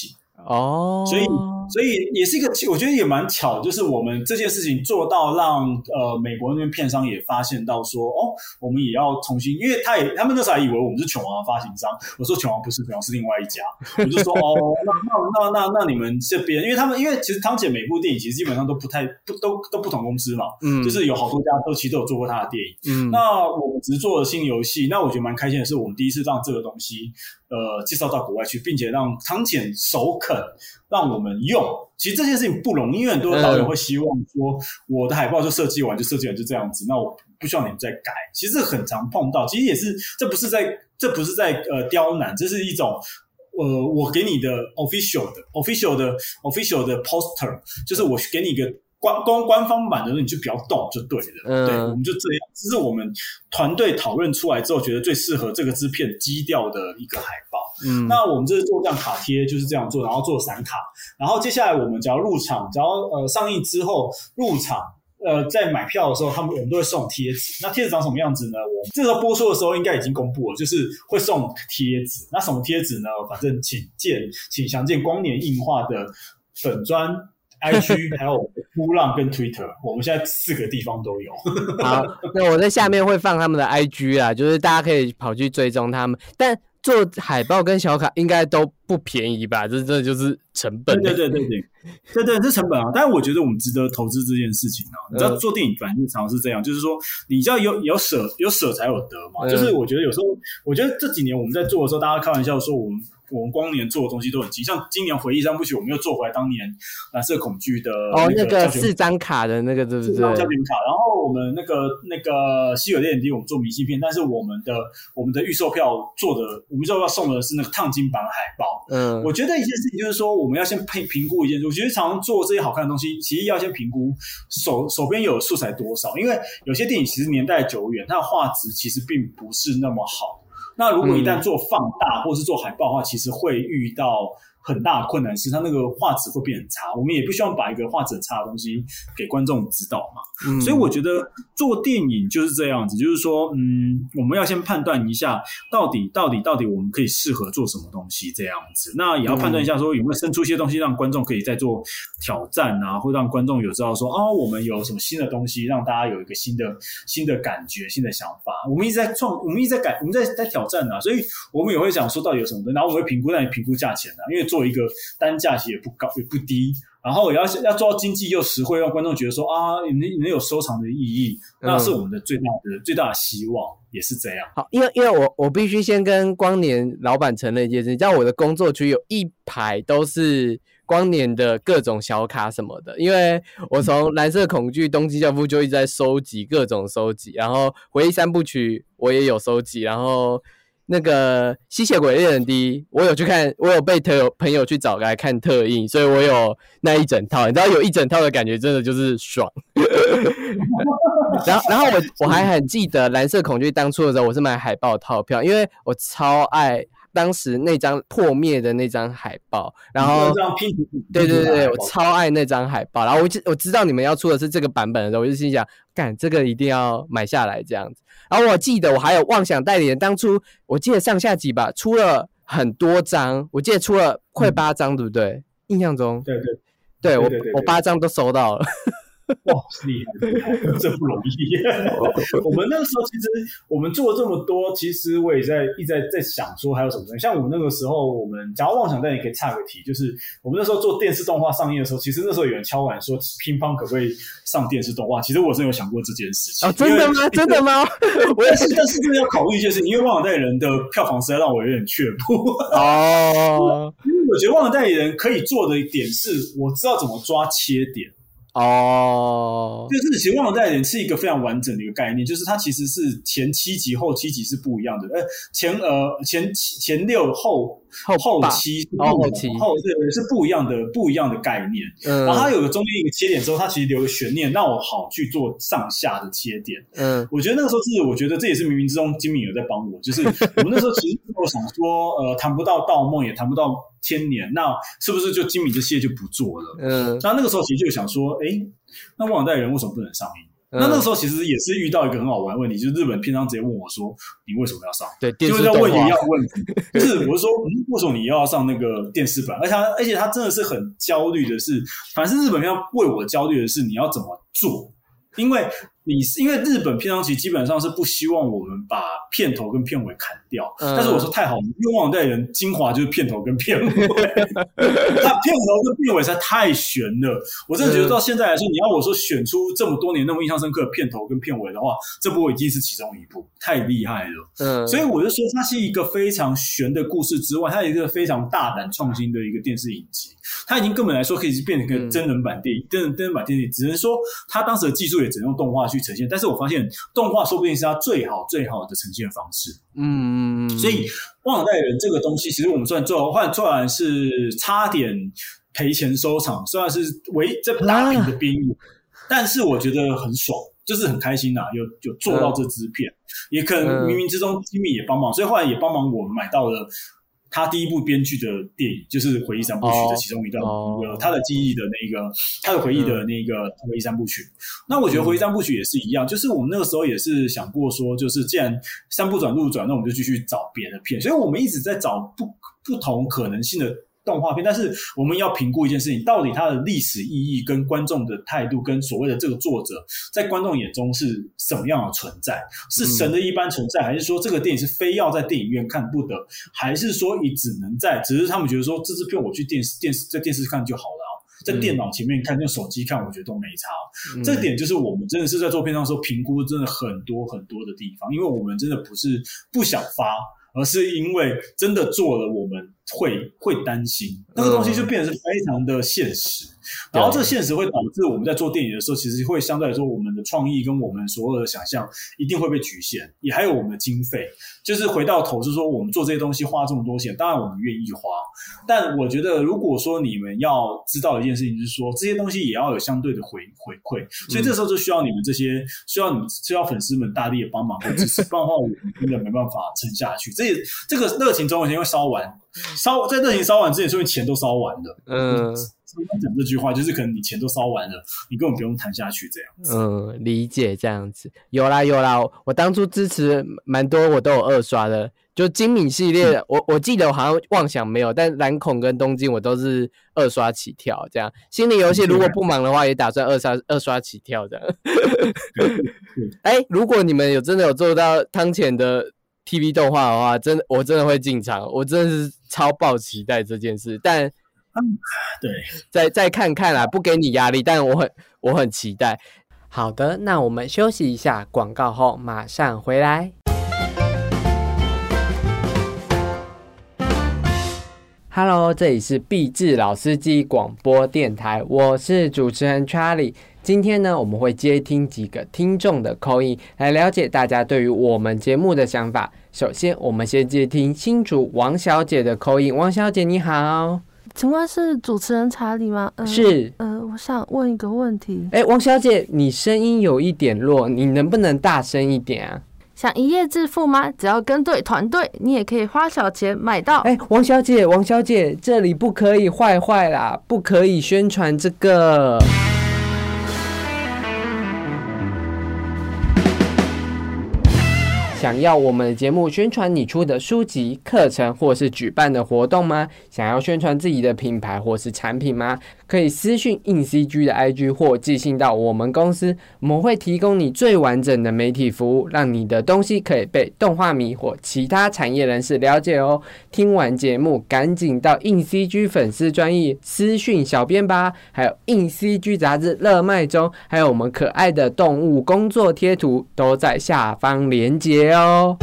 哦， 所以也是一个，我觉得也蛮巧，就是我们这件事情做到让美国那边片商也发现到说，我们也要重新，因为他们那时候还以为我们是拳王的发行商，我说拳王不是，拳王是另外一家，我就说那你们这边，因为其实汤姐每部电影其实基本上都不同公司嘛，就是有好多家其实都有做过他的电影，那我们只是做了新游戏，那我觉得蛮开心的是，我们第一次让这个东西介绍到国外去，并且让汤浅首肯让我们用。其实这件事情不容易，因为很多导演会希望说，我的海报就设计完就这样子，那我不需要你们再改。其实这很常碰到，其实也是这不是在刁难，这是一种我给你的 official 的 poster， 就是我给你一个官方版的，你就不要动就对了。对，我们就这样，这是我们团队讨论出来之后，觉得最适合这个支片基调的一个海报。那我们这是做这样卡贴，就是这样做，然后做闪卡，然后接下来我们只要入场，只要上映之后入场。在买票的时候，我们都会送贴纸。那贴纸长什么样子呢？我这个播出的时候应该已经公布了，就是会送贴纸。那什么贴纸呢？反正请详见光年映画的粉专、IG 还有扑浪跟 Twitter， 我们现在4个地方都有。 好，那我在下面会放他们的 IG 啊，就是大家可以跑去追踪他们。但做海报跟小卡应该都不便宜吧？这就是成本。对， 是成本啊。但是我觉得我们值得投资这件事情啊。你知道做电影本来日常是这样，就是说你只要有舍才有得嘛。就是我觉得有时候，我觉得这几年我们在做的时候，大家开玩笑说我们光年做的东西都很急，像今年回忆3部曲，我们又做回来当年蓝色恐惧的那个4张卡的那个，对不对？4张胶卷卡，然后我们那个希尔电影厅我们做明信片，但是我们的预售票做的，我们预售票送的是那个烫金版海报。我觉得一件事情就是说，我们要先评估一件事，我觉得常常做这些好看的东西，其实要先评估手边有素材多少，因为有些电影其实年代久远，它的画质其实并不是那么好。那如果一旦做放大或是做海报的话，其实会遇到很大的困难，是它那个画质会变很差。我们也不希望把一个画质很差的东西给观众知道嘛。所以我觉得做电影就是这样子，就是说，我们要先判断一下到底我们可以适合做什么东西这样子。那也要判断一下说有没有生出一些东西让观众可以再做挑战啊，或让观众有知道说我们有什么新的东西，让大家有一个新的感觉、新的想法。我们一直在改，我们在挑战啊，所以我们也会想说到底有什么东西，然后我们会评估，那你评估价钱啊，因为做一个单价其实也不高也不低。然后也要做到经济又实惠，让观众觉得说你能有收藏的意义，那是我们的最大的希望，也是这样。 好，因为我必须先跟光年老板承认一件事，你知道我的工作区有一排都是光年的各种小卡什么的，因为我从蓝色恐惧、东京教父就一直在收集各种收集，然后回忆3部曲我也有收集，然后那个吸血鬼猎人 D 我有去看，我有被朋友去找来看特映，所以我有那一整套，你知道有一整套的感觉真的就是爽。然后我还很记得蓝色恐惧当初的时候，我是买海报套票，因为我超爱当时那张破灭的那张海报，然后对，我超爱那张海报，然后我知道你们要出的是这个版本的时候，我就心想，干这个一定要买下来这样子。然后我记得我还有妄想代理人，当初我记得上下集吧，出了很多张，我记得出了快8张，对不对？印象中，对，我8张都收到了。 哇，厉害，这不容易。我们那个时候其实我们做了这么多，其实我也一直在想说还有什么东西。像我们那个时候，我们讲到妄想代理可以岔个题，就是我们那时候做电视动画上映的时候，其实那时候有人敲碗说乒乓可不可以上电视动画？其实我真的有想过这件事情。 真的吗？真的吗？ 但是真的要考虑一件事情，因为妄想代理人的票房实在让我有点却步。因为我觉得妄想代理人可以做的一点是，我知道怎么抓切点。就是其实妄想代理人是一个非常完整的一个概念，就是它其实是前7集后7集是不一样的，前6后期对是不一样的概念。然后它有个中间一个切点之后，它其实留个悬念，让我好去做上下的切点。我觉得那个时候我觉得这也是冥冥之中金敏有在帮我，就是我们那时候其实我想说谈不到盗梦，也谈不到千年，那是不是就金敏这些就不做了？那个时候其实就想说，那妄想代理人为什么不能上映？ 那个时候其实也是遇到一个很好玩的问题，就是日本片商直接问我说：“你为什么要上？” 对， 就是在问一样的问题，就是我就说：“为什么你要上那个电视版？”而且他真的是很焦虑的是，反正日本片商为我焦虑的是你要怎么做，因为日本片商其实基本上是不希望我们把片头跟片尾砍掉，但是我说太好了，因为《忘代人》精华就是片头跟片尾，它片头跟片尾实在太悬了。我真的觉得到现在来说，你要我说选出这么多年那么印象深刻的片头跟片尾的话，这部已经是其中一部，太厉害了。所以我就说它是一个非常悬的故事之外，它有一个非常大胆创新的一个电视影集，它已经根本来说可以变成一个真人版电影，真人版电影，只能说它当时的技术也只能用动画去呈现，但是我发现动画说不定是它最好的呈现方式。所以《忘代人》这个东西，其实我们虽然是差点赔钱收场，虽然是在打平的边缘，但是我觉得很爽，就是很开心有做到这支片，也可能冥冥之中吉米也帮忙，所以后来也帮忙我们买到了他第一部编剧的电影，就是《回忆三部曲》的其中一段，他的记忆的他的回忆的那个回忆三部曲。那我觉得回忆三部曲也是一样，就是我们那个时候也是想过说，就是既然三不转路转，那我们就继续找别的片，所以我们一直在找不同可能性的动画片，但是我们要评估一件事情，到底它的历史意义跟观众的态度跟所谓的这个作者在观众眼中是什么样的存在，是神的一般存在，还是说这个电影是非要在电影院看不得，还是说只是他们觉得说这支片我去在电视看就好了，在电脑前面看用手机看我觉得都没差。这点就是我们真的是在做片商的时候评估真的很多很多的地方，因为我们真的不是不想发，而是因为真的做了我们会担心，那个东西就变成是非常的现实，然后这个现实会导致我们在做电影的时候，其实会相对来说我们的创意跟我们所有的想象一定会被局限，也还有我们的经费，就是回到头是说我们做这些东西花这么多钱，当然我们愿意花，但我觉得如果说你们要知道一件事情，就是说这些东西也要有相对的回馈，所以这时候就需要你们需要粉丝们大力的帮忙和支持，不然的话我们真的没办法撑下去，这个热情总有一天会烧完，在热情烧完之前，说明钱都烧完了。讲这句话就是可能你钱都烧完了，你根本不用谈下去这样子。 理解这样子。有啦，我当初支持蛮多，我都有二刷的。就精敏系列，我记得我好像妄想没有，但蓝孔跟东京我都是二刷起跳这样。心理游戏如果不忙的话，也打算二刷起跳这样。如果你们真的有做到汤浅的 TV 动画的话，我真的会进场，我真的是超爆期待这件事。但对，再看看啦，不给你压力，但我很期待。好的，那我们休息一下，广告后马上回来。Hello， 这里是毕志老司机广播电台，我是主持人 Charlie。今天呢，我们会接听几个听众的 call in， 来了解大家对于我们节目的想法。首先，我们先接听新竹王小姐的 call in。王小姐你好， 请问是主持人查理吗？ 是。 我想问一个问题。 王小姐，你声音有一点弱，你能不能大声一点啊？ 想一夜致富吗？只要跟对团队，你也可以花小钱买到。 王小姐，这里不可以坏啦，不可以宣传这个。想要我们的节目宣传你出的书籍、课程或是举办的活动吗？想要宣传自己的品牌或是产品吗？可以私讯硬 CG 的 IG 或寄信到我们公司，我们会提供你最完整的媒体服务，让你的东西可以被动画迷或其他产业人士了解哦。听完节目赶紧到硬 CG 粉丝专页私讯小编吧，还有硬 CG 杂志热卖中，还有我们可爱的动物工作贴图都在下方连结哦。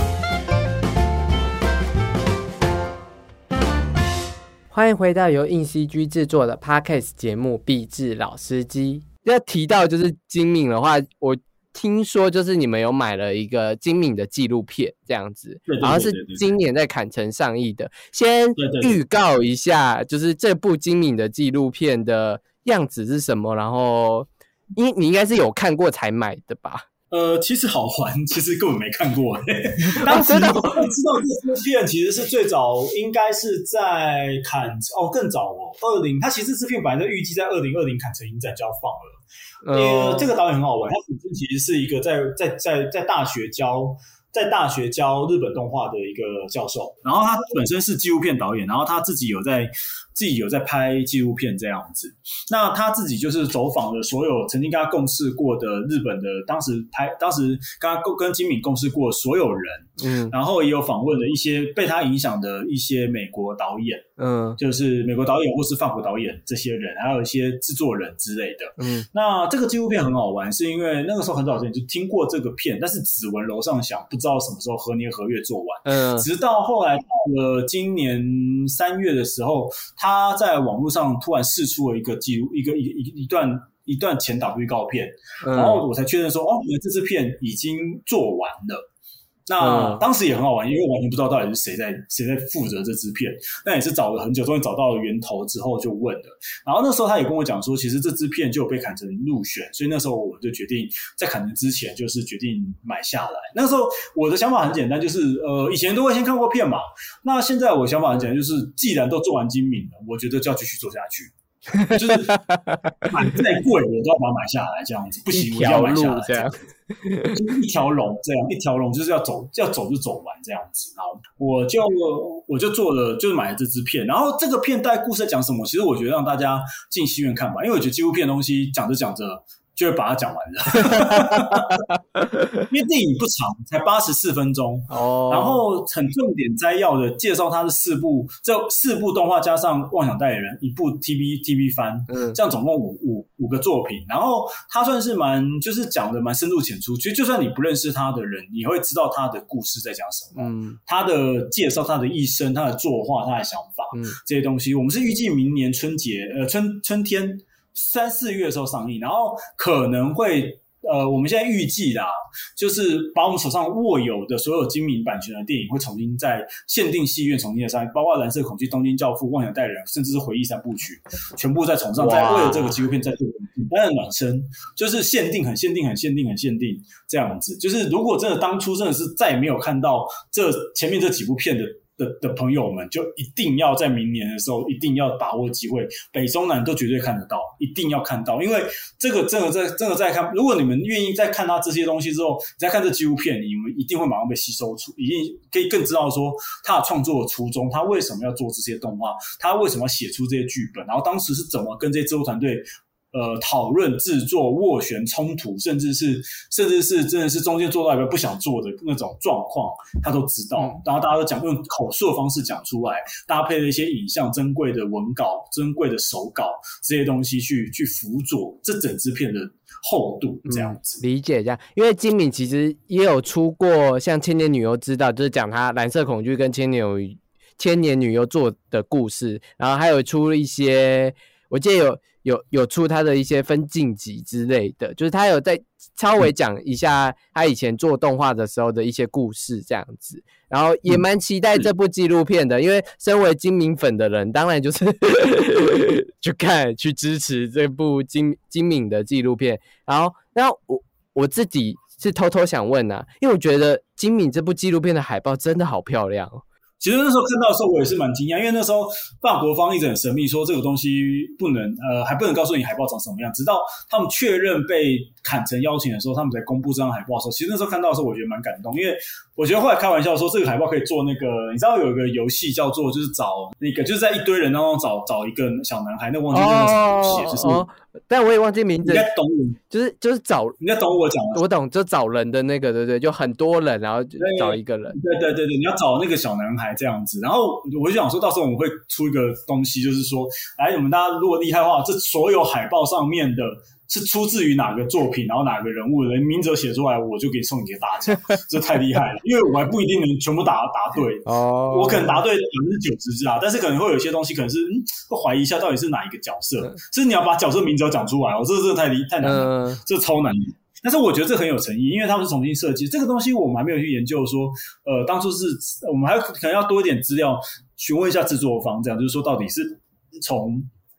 欢迎回到由硬 CG 制作的 Podcast 节目毕志老司机。要提到就是精敏的话，我听说就是你们有买了一个精敏的纪录片这样子，好像是今年在坎城上映的。先预告一下，就是这部精敏的纪录片的样子是什么，然后你应该是有看过才买的吧？ 其实好玩，其实根本没看过。当时知道这支片其实是最早，应该是在更早哦，它其实这支片本来预计在2020坎城影展就要放了。这个导演很好玩，他本身其实是一个在大学教日本动画的一个教授，然后他本身是纪录片导演，然后他自己有在拍纪录片这样子。那他自己就是走访了所有曾经跟他共事过的日本的当时跟金敏共事过的所有人，然后也有访问了一些被他影响的一些美国导演，就是美国导演或是法国导演这些人，还有一些制作人之类的。那这个纪录片很好玩，是因为那个时候很早之前就听过这个片，但是只闻楼上响，不知道什么时候何年何月做完。直到后来到了今年3月的时候，他在网络上突然释出了一个记录，一段前导预告片，然后我才确认说，原来这支片已经做完了。那当时也很好玩，因为我完全不知道到底是谁在负责这支片，那也是找了很久，终于找到了源头之后就问了。然后那时候他也跟我讲说，其实这支片就有被坎城入选，所以那时候我就决定在坎城之前就是决定买下来。那时候我的想法很简单，就是以前都会先看过片嘛，那现在我的想法很简单，就是既然都做完精明了，我觉得就要继续做下去。就是买再贵我都要把它买下来，这样子不行，我就要买下来，这样就是一条龙，这样一条龙就是要走就走完这样子。然后我就做了，就是买了这支片。然后这个片大概故事在讲什么？其实我觉得让大家进戏院看吧，因为我觉得纪录片的东西讲着讲着就会把它讲完了。因为电影不长，才84分钟，然后很重点摘要的介绍它的4部动画加上妄想代理人1部 TV 番，这样总共5个作品。然后它算是就是讲的蛮深入浅出，其实就算你不认识他的人，你会知道他的故事在讲什么，他的介绍，他的一生，他的作画，他的想法，这些东西。我们是预计明年春天3、4月的时候上映，然后可能会我们现在预计啦，就是把我们手上握有的所有精明版权的电影会重新在限定戏院重新的上映，包括蓝色恐惧、东京教父、妄想代理人，甚至是回忆3部曲，全部再重上，再为了这个纪录片再做当然暖身，就是很限定这样子。就是如果真的当初真的是再也没有看到前面这几部片的朋友们，就一定要在明年的时候一定要把握机会，北中南都绝对看得到，一定要看到。因为这个真的在看，如果你们愿意在看他这些东西之后，你再看这纪录片，你们一定会马上被吸收出，一定可以更知道说他的创作的初衷，他为什么要做这些动画，他为什么要写出这些剧本，然后当时是怎么跟这些制作团队讨论、制作、斡旋、冲突，甚至是真的是中间做到一个不想做的那种状况，他都知道。然后大家都讲用口述的方式讲出来，搭配了一些影像、珍贵的文稿、珍贵的手稿这些东西去辅佐这整支片的厚度，这样子。 理解这样，因为金敏其实也有出过像《千年女优知道》，就是讲他蓝色恐惧跟千年女优做的故事，然后还有出一些，我记得有出他的一些分镜集之类的，就是他有在稍微讲一下他以前做动画的时候的一些故事这样子，然后也蛮期待这部纪录片的，因为身为金敏粉的人，当然就是去支持这部金敏的纪录片。然后我自己是偷偷想问啊，因为我觉得金敏这部纪录片的海报真的好漂亮哦。 其实那时候看到的时候我也是蛮惊讶，因为那时候法国方一直很神秘说这个东西还不能告诉你海报长什么样，直到他们确认被坎城邀请的时候，他们才公布这张海报的时候，其实那时候看到的时候我觉得蛮感动，因为我觉得后来开玩笑说这个海报可以做那个，你知道有一个游戏叫做就是找那个就是在一堆人当中找一个小男孩，那忘记那个什么游戏，就是但我也忘记名字， 你应该懂我， 就是找， 你应该懂我讲的， 我懂，就找人的那个，对不对？就很多人，然后就找一个人， 对，你要找那个小男孩这样子。然后我就想说，到时候我们会出一个东西，就是说，来，我们大家如果厉害的话，这所有海报上面的是出自于哪个作品，然后哪个人物的名字写出来，我就给送给大家，这太厉害了，因为我还不一定能全部答对哦，我可能答对90%啊，但是可能会有一些东西可能是会怀疑一下到底是哪一个角色，就是你要把角色名字要讲出来，这真的太难了，这超难的。但是我觉得这很有诚意，因为他们是重新设计这个东西，我们还没有去研究说，当初是我们还可能要多一点资料，询问一下制作方，这样就是说到底是从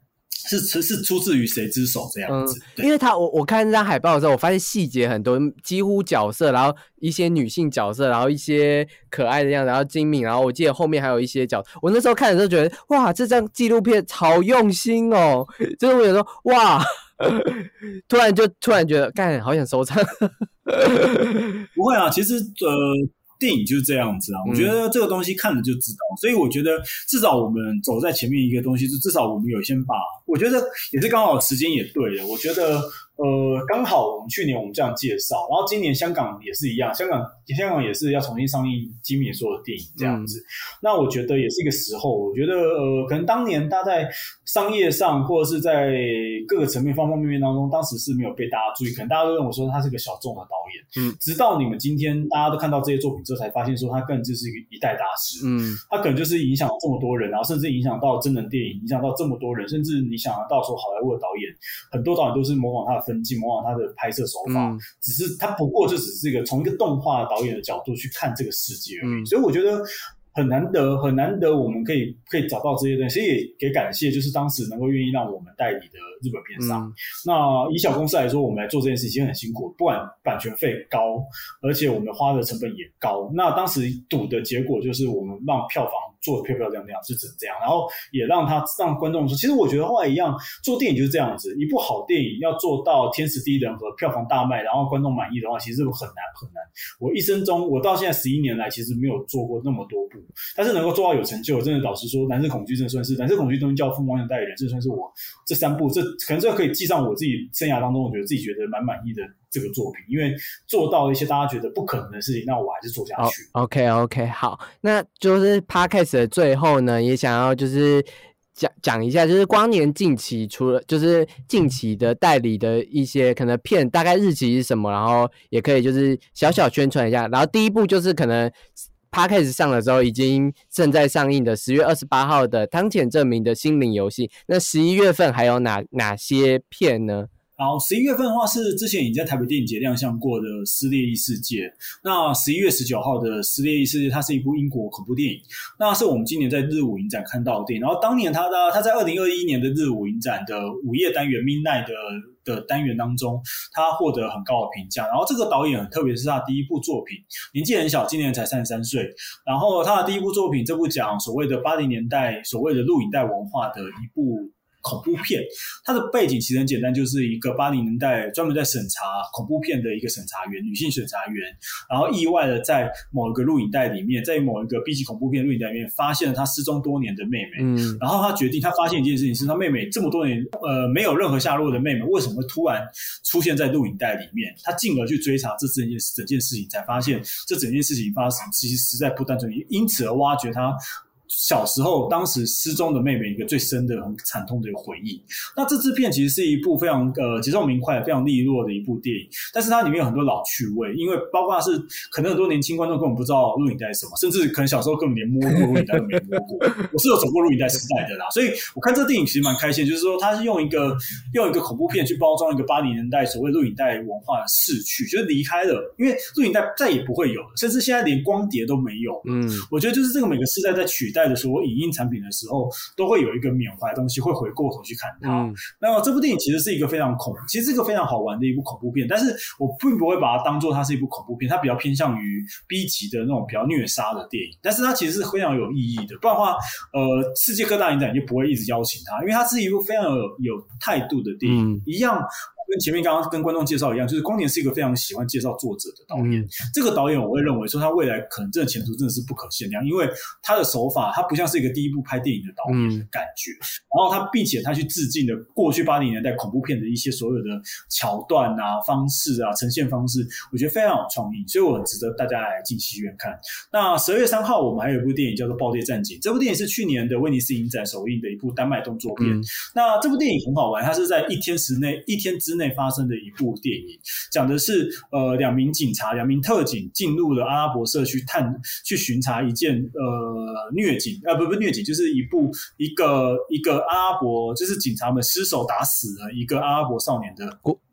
是出自于谁之手这样子。 因为我看这张海报的时候，我发现细节很多，几乎角色，然后一些女性角色，然后一些可爱的样子，然后精明，然后我记得后面还有一些角色，我那时候看的时候觉得哇，这张纪录片好用心哦，就是我有时候哇突然觉得干好想收藏。 不会啊，其实电影就是这样子啊，我觉得这个东西看了就知道，所以我觉得至少我们走在前面一个东西，就至少我们有先把，我觉得也是刚好时间也对了，我觉得刚好我们去年我们这样介绍，然后今年香港也是一样，香港也是要重新上映基米所有的电影这样子，那我觉得也是一个时候，我觉得可能当年他在商业上或者是在各个层面方方面面当中，当时是没有被大家注意，可能大家都认为说他是个小众的导演，直到你们今天大家都看到这些作品之后，才发现说他根本就是一代大师，他可能就是影响了这么多人，然后甚至影响到真人电影，影响到这么多人，甚至你想得到说好莱坞的导演，很多导演都是模仿他的分镜，模仿他的拍摄手法，只是他不过就只是一个从一个动画导演的角度去看这个世界而已，所以我觉得很难得我们可以找到这些东西，其实也给感谢就是当时能够愿意让我们代理的日本片商，那以小公司来说，我们来做这件事情很辛苦，不管版权费高，而且我们花的成本也高，那当时赌的结果就是我们让票房做得漂漂亮亮，就只能这样，然后也让观众说，其实我觉得后来一样，做电影就是这样子，一部好电影要做到天时地利人和，票房大卖，然后观众满意的话，其实很难。我一生中，我到现在11年来，其实没有做过那么多部，但是能够做到有成就，真的老实说，男生恐惧真的算是男生恐惧、东京教父、梦想代理人，这算是我这3部，这可能这可以记上我自己生涯当中，我觉得自己觉得蛮满意的这个作品，因为做到一些大家觉得不可能的事情，那我还是做下去。 OK， 好，那就是 Podcast 的最后呢，也想要就是讲一下，就是光年近期除了就是近期的代理的一些可能片大概日期是什么，然后也可以就是小宣传一下。然后第一部就是可能 Podcast 上的时候已经正在上映的10月28号的汤浅政明的心灵游戏。那11月份还有哪些片呢？ 好，11月份的话是之前已经在台北电影节亮相过的《撕裂异世界》。那11月19号的《撕裂异世界》，它是一部英国恐怖电影，那是我们今年在日舞影展看到的电影。然后当年他在2021年的日舞影展的午夜单元 Midnight 的单元当中，他获得很高的评价。然后这个导演很特别，是他第一部作品，年纪很小，今年才33岁。然后他的第一部作品，这部讲所谓的80年代所谓的录影带文化的一部恐怖片，它的背景其实很简单，就是一个80年代专门在审查恐怖片的一个审查员，女性审查员，然后意外的在某一个录影带里面，在某一个 B 级恐怖片录影带里面发现了她失踪多年的妹妹，然后他发现一件事情是，他妹妹这么多年没有任何下落的妹妹，为什么会突然出现在录影带里面？他进而去追查整件事情，才发现这整件事情发生其实实在不单纯，因此而挖掘他小时候当时失踪的妹妹一个最深的很惨痛的一个回忆。那这支片其实是一部非常节奏明快非常利落的一部电影，但是它里面有很多老趣味，因为包括是可能很多年轻观众根本不知道录影带是什么，甚至可能小时候根本连摸过录影带都没摸过我是有走过录影带时代的啦，所以我看这个电影其实蛮开心，就是说它是用一个恐怖片去包装一个80年代所谓录影带文化的逝去，就是离开了，因为录影带再也不会有了，甚至现在连光碟都没有。我觉得就是这个每个世代在取代的所有影音产品的时候，都会有一个缅怀的东西，会回过头去看它。那这部电影其实是一个非常其实是一个非常好玩的一部恐怖片，但是我并不会把它当作它是一部恐怖片，它比较偏向于 B 级的那种比较虐杀的电影，但是它其实是非常有意义的，不然的话世界各大影展就不会一直邀请它，因为它是一部非常有态度的电影。一样跟前面刚刚跟观众介绍一样，就是光年是一个非常喜欢介绍作者的导演。这个导演我会认为说他未来可能真的前途真的是不可限量，因为他的手法他不像是一个第一部拍电影的导演的感觉，然后并且他去致敬了过去80年代恐怖片的一些所有的桥段啊、方式啊、呈现方式，我觉得非常有创意，所以我很值得大家来进戏院看。那12月3号我们还有一部电影叫做《爆裂战警》，这部电影是去年的威尼斯影展首映的一部丹麦动作片。那这部电影很好玩，它是在一天之内发生的一部电影，讲的是2名警察、2名特警进入了阿拉伯社区去巡查一件虐警，不是虐警，就是一个阿拉伯，就是警察们失手打死了一个阿拉伯少年的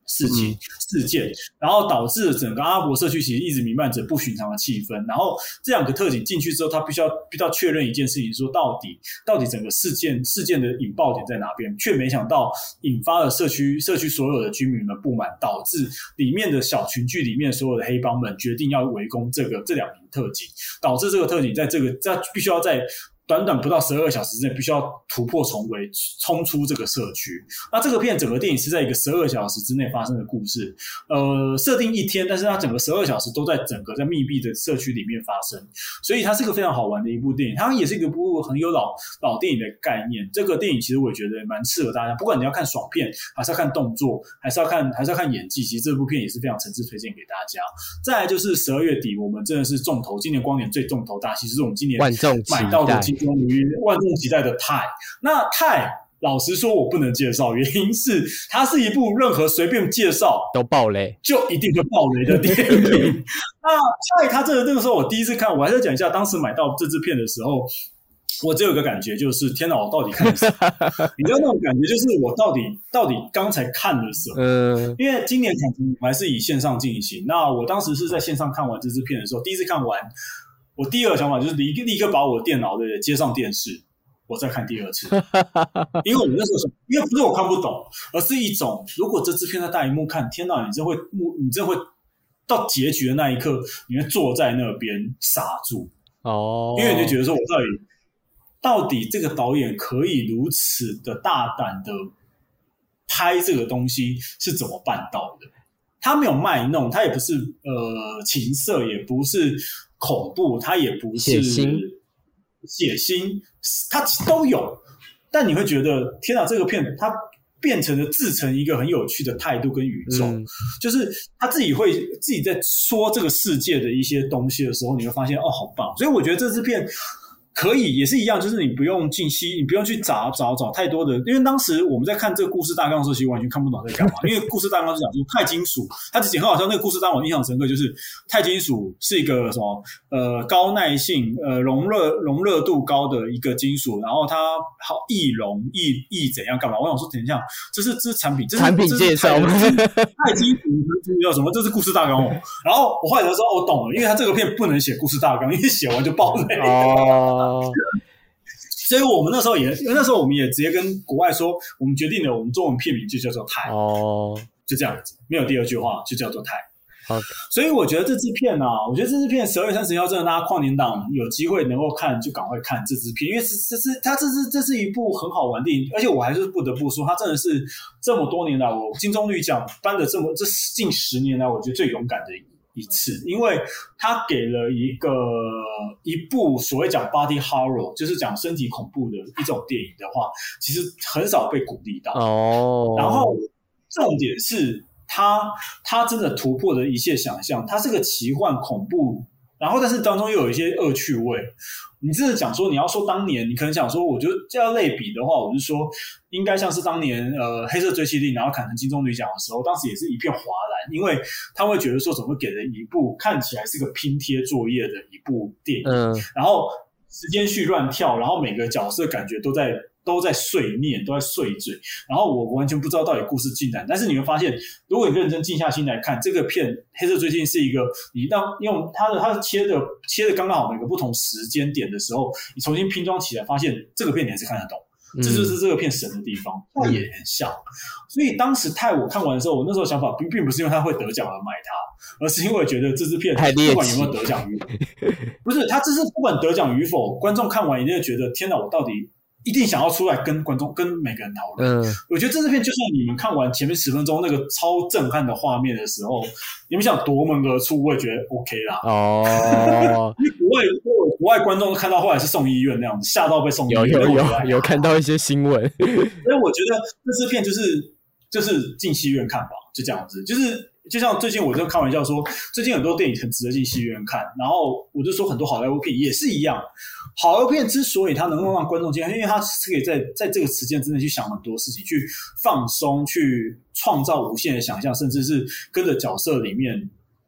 事件，然后导致整个阿拉伯社区其实一直弥漫着不寻常的气氛。然后这两个特警进去之后，他必须要确认一件事情，说到底整个事件的引爆点在哪边，却没想到引发了社区所有的居民们不满，导致里面的小群聚里面所有的黑帮们决定要围攻这两名特警，导致这个特警在必须要在短短不到12个小时之内必须要突破重围，冲出这个社区。那这个片整个电影是在一个12个小时之内发生的故事，设定一天，但是它整个12个小时都在整个在密闭的社区里面发生，所以它是个非常好玩的一部电影。它也是一部很有老电影的概念。这个电影其实我也觉得蛮适合大家，不管你要看爽片，还是要看动作，还是要看演技，其实这部片也是非常诚挚推荐给大家。再来就是12月底，我们真的是重头，今年光年最重头大戏，就是我们今年买到的金钟鱼万众期待的泰。那泰老实说我不能介绍，原因是它是一部任何随便介绍都爆雷就一定会爆雷的电影。那泰它这个时候我第一次看，我还是讲一下当时买到这支片的时候，我只有一个感觉，就是天哪，我到底看了什么？你知道那种感觉，就是我到底刚才看了什么？因为今年我还是以线上进行。那我当时是在线上看完这支片的时候，第一次看完，我第二个想法就是立刻把我的电脑的接上电视，我再看第二次。因为我那时候因为不是我看不懂，而是一种如果这支片在大荧幕看，天哪，你真会到结局的那一刻，你会坐在那边傻住哦，因为你就觉得说，我到底这个导演可以如此的大胆的拍这个东西是怎么办到的？他没有卖弄，他也不是情色，也不是恐怖，他也不是血腥，他都有。但你会觉得，天哪，这个片它变成了自成一个很有趣的态度跟宇宙，就是他自己在说这个世界的一些东西的时候，你会发现哦，好棒！所以我觉得这支片可以也是一样，就是你不用进戏，你不用去找太多的，因为当时我们在看这个故事大纲的时候，其实完全看不懂在干嘛。因为故事大纲是讲说钛金属，它之前很好笑，那个故事当我印象深刻，就是钛金属是一个什么高耐性容热度高的一个金属，然后它好易溶易怎样干嘛？我想说，等一下，这是产品介绍吗？ 钛金属叫什么？这是故事大纲哦。然后我后来才说，我懂了，因为他这个片不能写故事大纲，因为写完就爆雷了。所以我们那时候我们也直接跟国外说，我们决定了，我们中文片名就叫做泰就这样子，没有第二句话，就叫做泰。所以我觉得这支片12月31真的大家跨年档有机会能够看就赶快看这支片，因为这是一部很好玩的电影，而且我还是不得不说，它真的是这么多年来我金钟率奖颁的这近10年来我觉得最勇敢的一次，因为他给了一部所谓讲 body horror， 就是讲身体恐怖的一种电影的话，其实很少被鼓励到然后重点是他真的突破了一切想象，他是个奇幻恐怖，然后但是当中又有一些恶趣味。你真的讲说，你要说当年，你可能想说，我觉得这要类比的话，我是说应该像是当年黑色追击令然后砍成金钟女奖的时候，当时也是一片哗然，因为他会觉得说怎么会给人一部看起来是个拼贴作业的一部电影，然后时间序乱跳，然后每个角色感觉都在碎念，都在碎嘴，然后我完全不知道到底故事进展。但是你会发现，如果你认真静下心来看，这个片黑色追击是一个你用它切的刚刚好每个不同时间点的时候，你重新拼装起来，发现这个片你还是看得懂。这就是这个片神的地方，也很像。所以当时泰我看完的时候，我那时候想法并不是因为他会得奖而买它，而是因为觉得这支片不管有没有得奖与否，不是他这是不管得奖与否，观众看完一定会觉得天哪，我到底一定想要出来跟观众跟每个人讨论。我觉得这支片就算你们看完前面10分钟那个超震撼的画面的时候，你们想夺门而出，我也觉得 OK 啦。因为国外观众看到后来是送医院那样子，吓到被送医院。 有看到一些新闻。 所以我觉得这支片就是进戏院看吧，就这样子。就像最近我就开玩笑说，最近很多电影很值得进戏院看，然后我就说很多好莱坞片也是一样。好莱坞片之所以它能够让观众进来，因为它是可以在这个时间之内去想很多事情，去放松，去创造无限的想象，甚至是跟着角色里面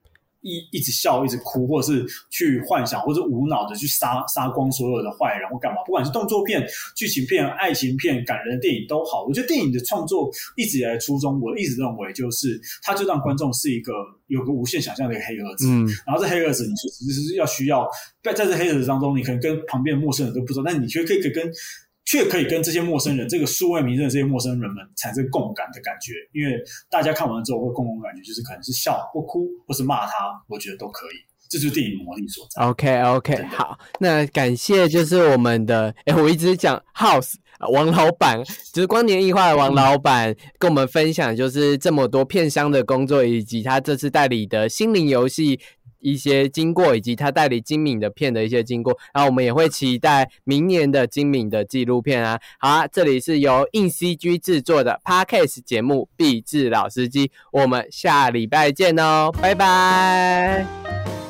一直笑一直哭，或者是去幻想或者无脑的去杀光所有的坏人或干嘛，不管是动作片、剧情片、爱情片、感人的电影都好，我觉得电影的创作一直以来的初衷，我一直认为就是它就让观众是有个无限想象的一个黑盒子，然后这黑盒子你就是需要在这黑盒子当中，你可能跟旁边的陌生人都不知道，但你却可以跟这些陌生人，这个数位名人这些陌生人们产生共感的感觉，因为大家看完之后会共同感觉，就是可能是笑或哭或是骂他，我觉得都可以，这就是电影魔力所在。 OK， 好，那感谢就是我们的，我一直讲 House 王老板，就是光年映画的王老板，跟我们分享就是这么多片商的工作，以及他这次代理的心灵游戏一些经过，以及他代理精敏的片的一些经过，然后我们也会期待明年的精敏的纪录片啊。好啊，这里是由硬 CG 制作的 Podcast 节目《壁纸老司机》，我们下礼拜见哦，拜拜。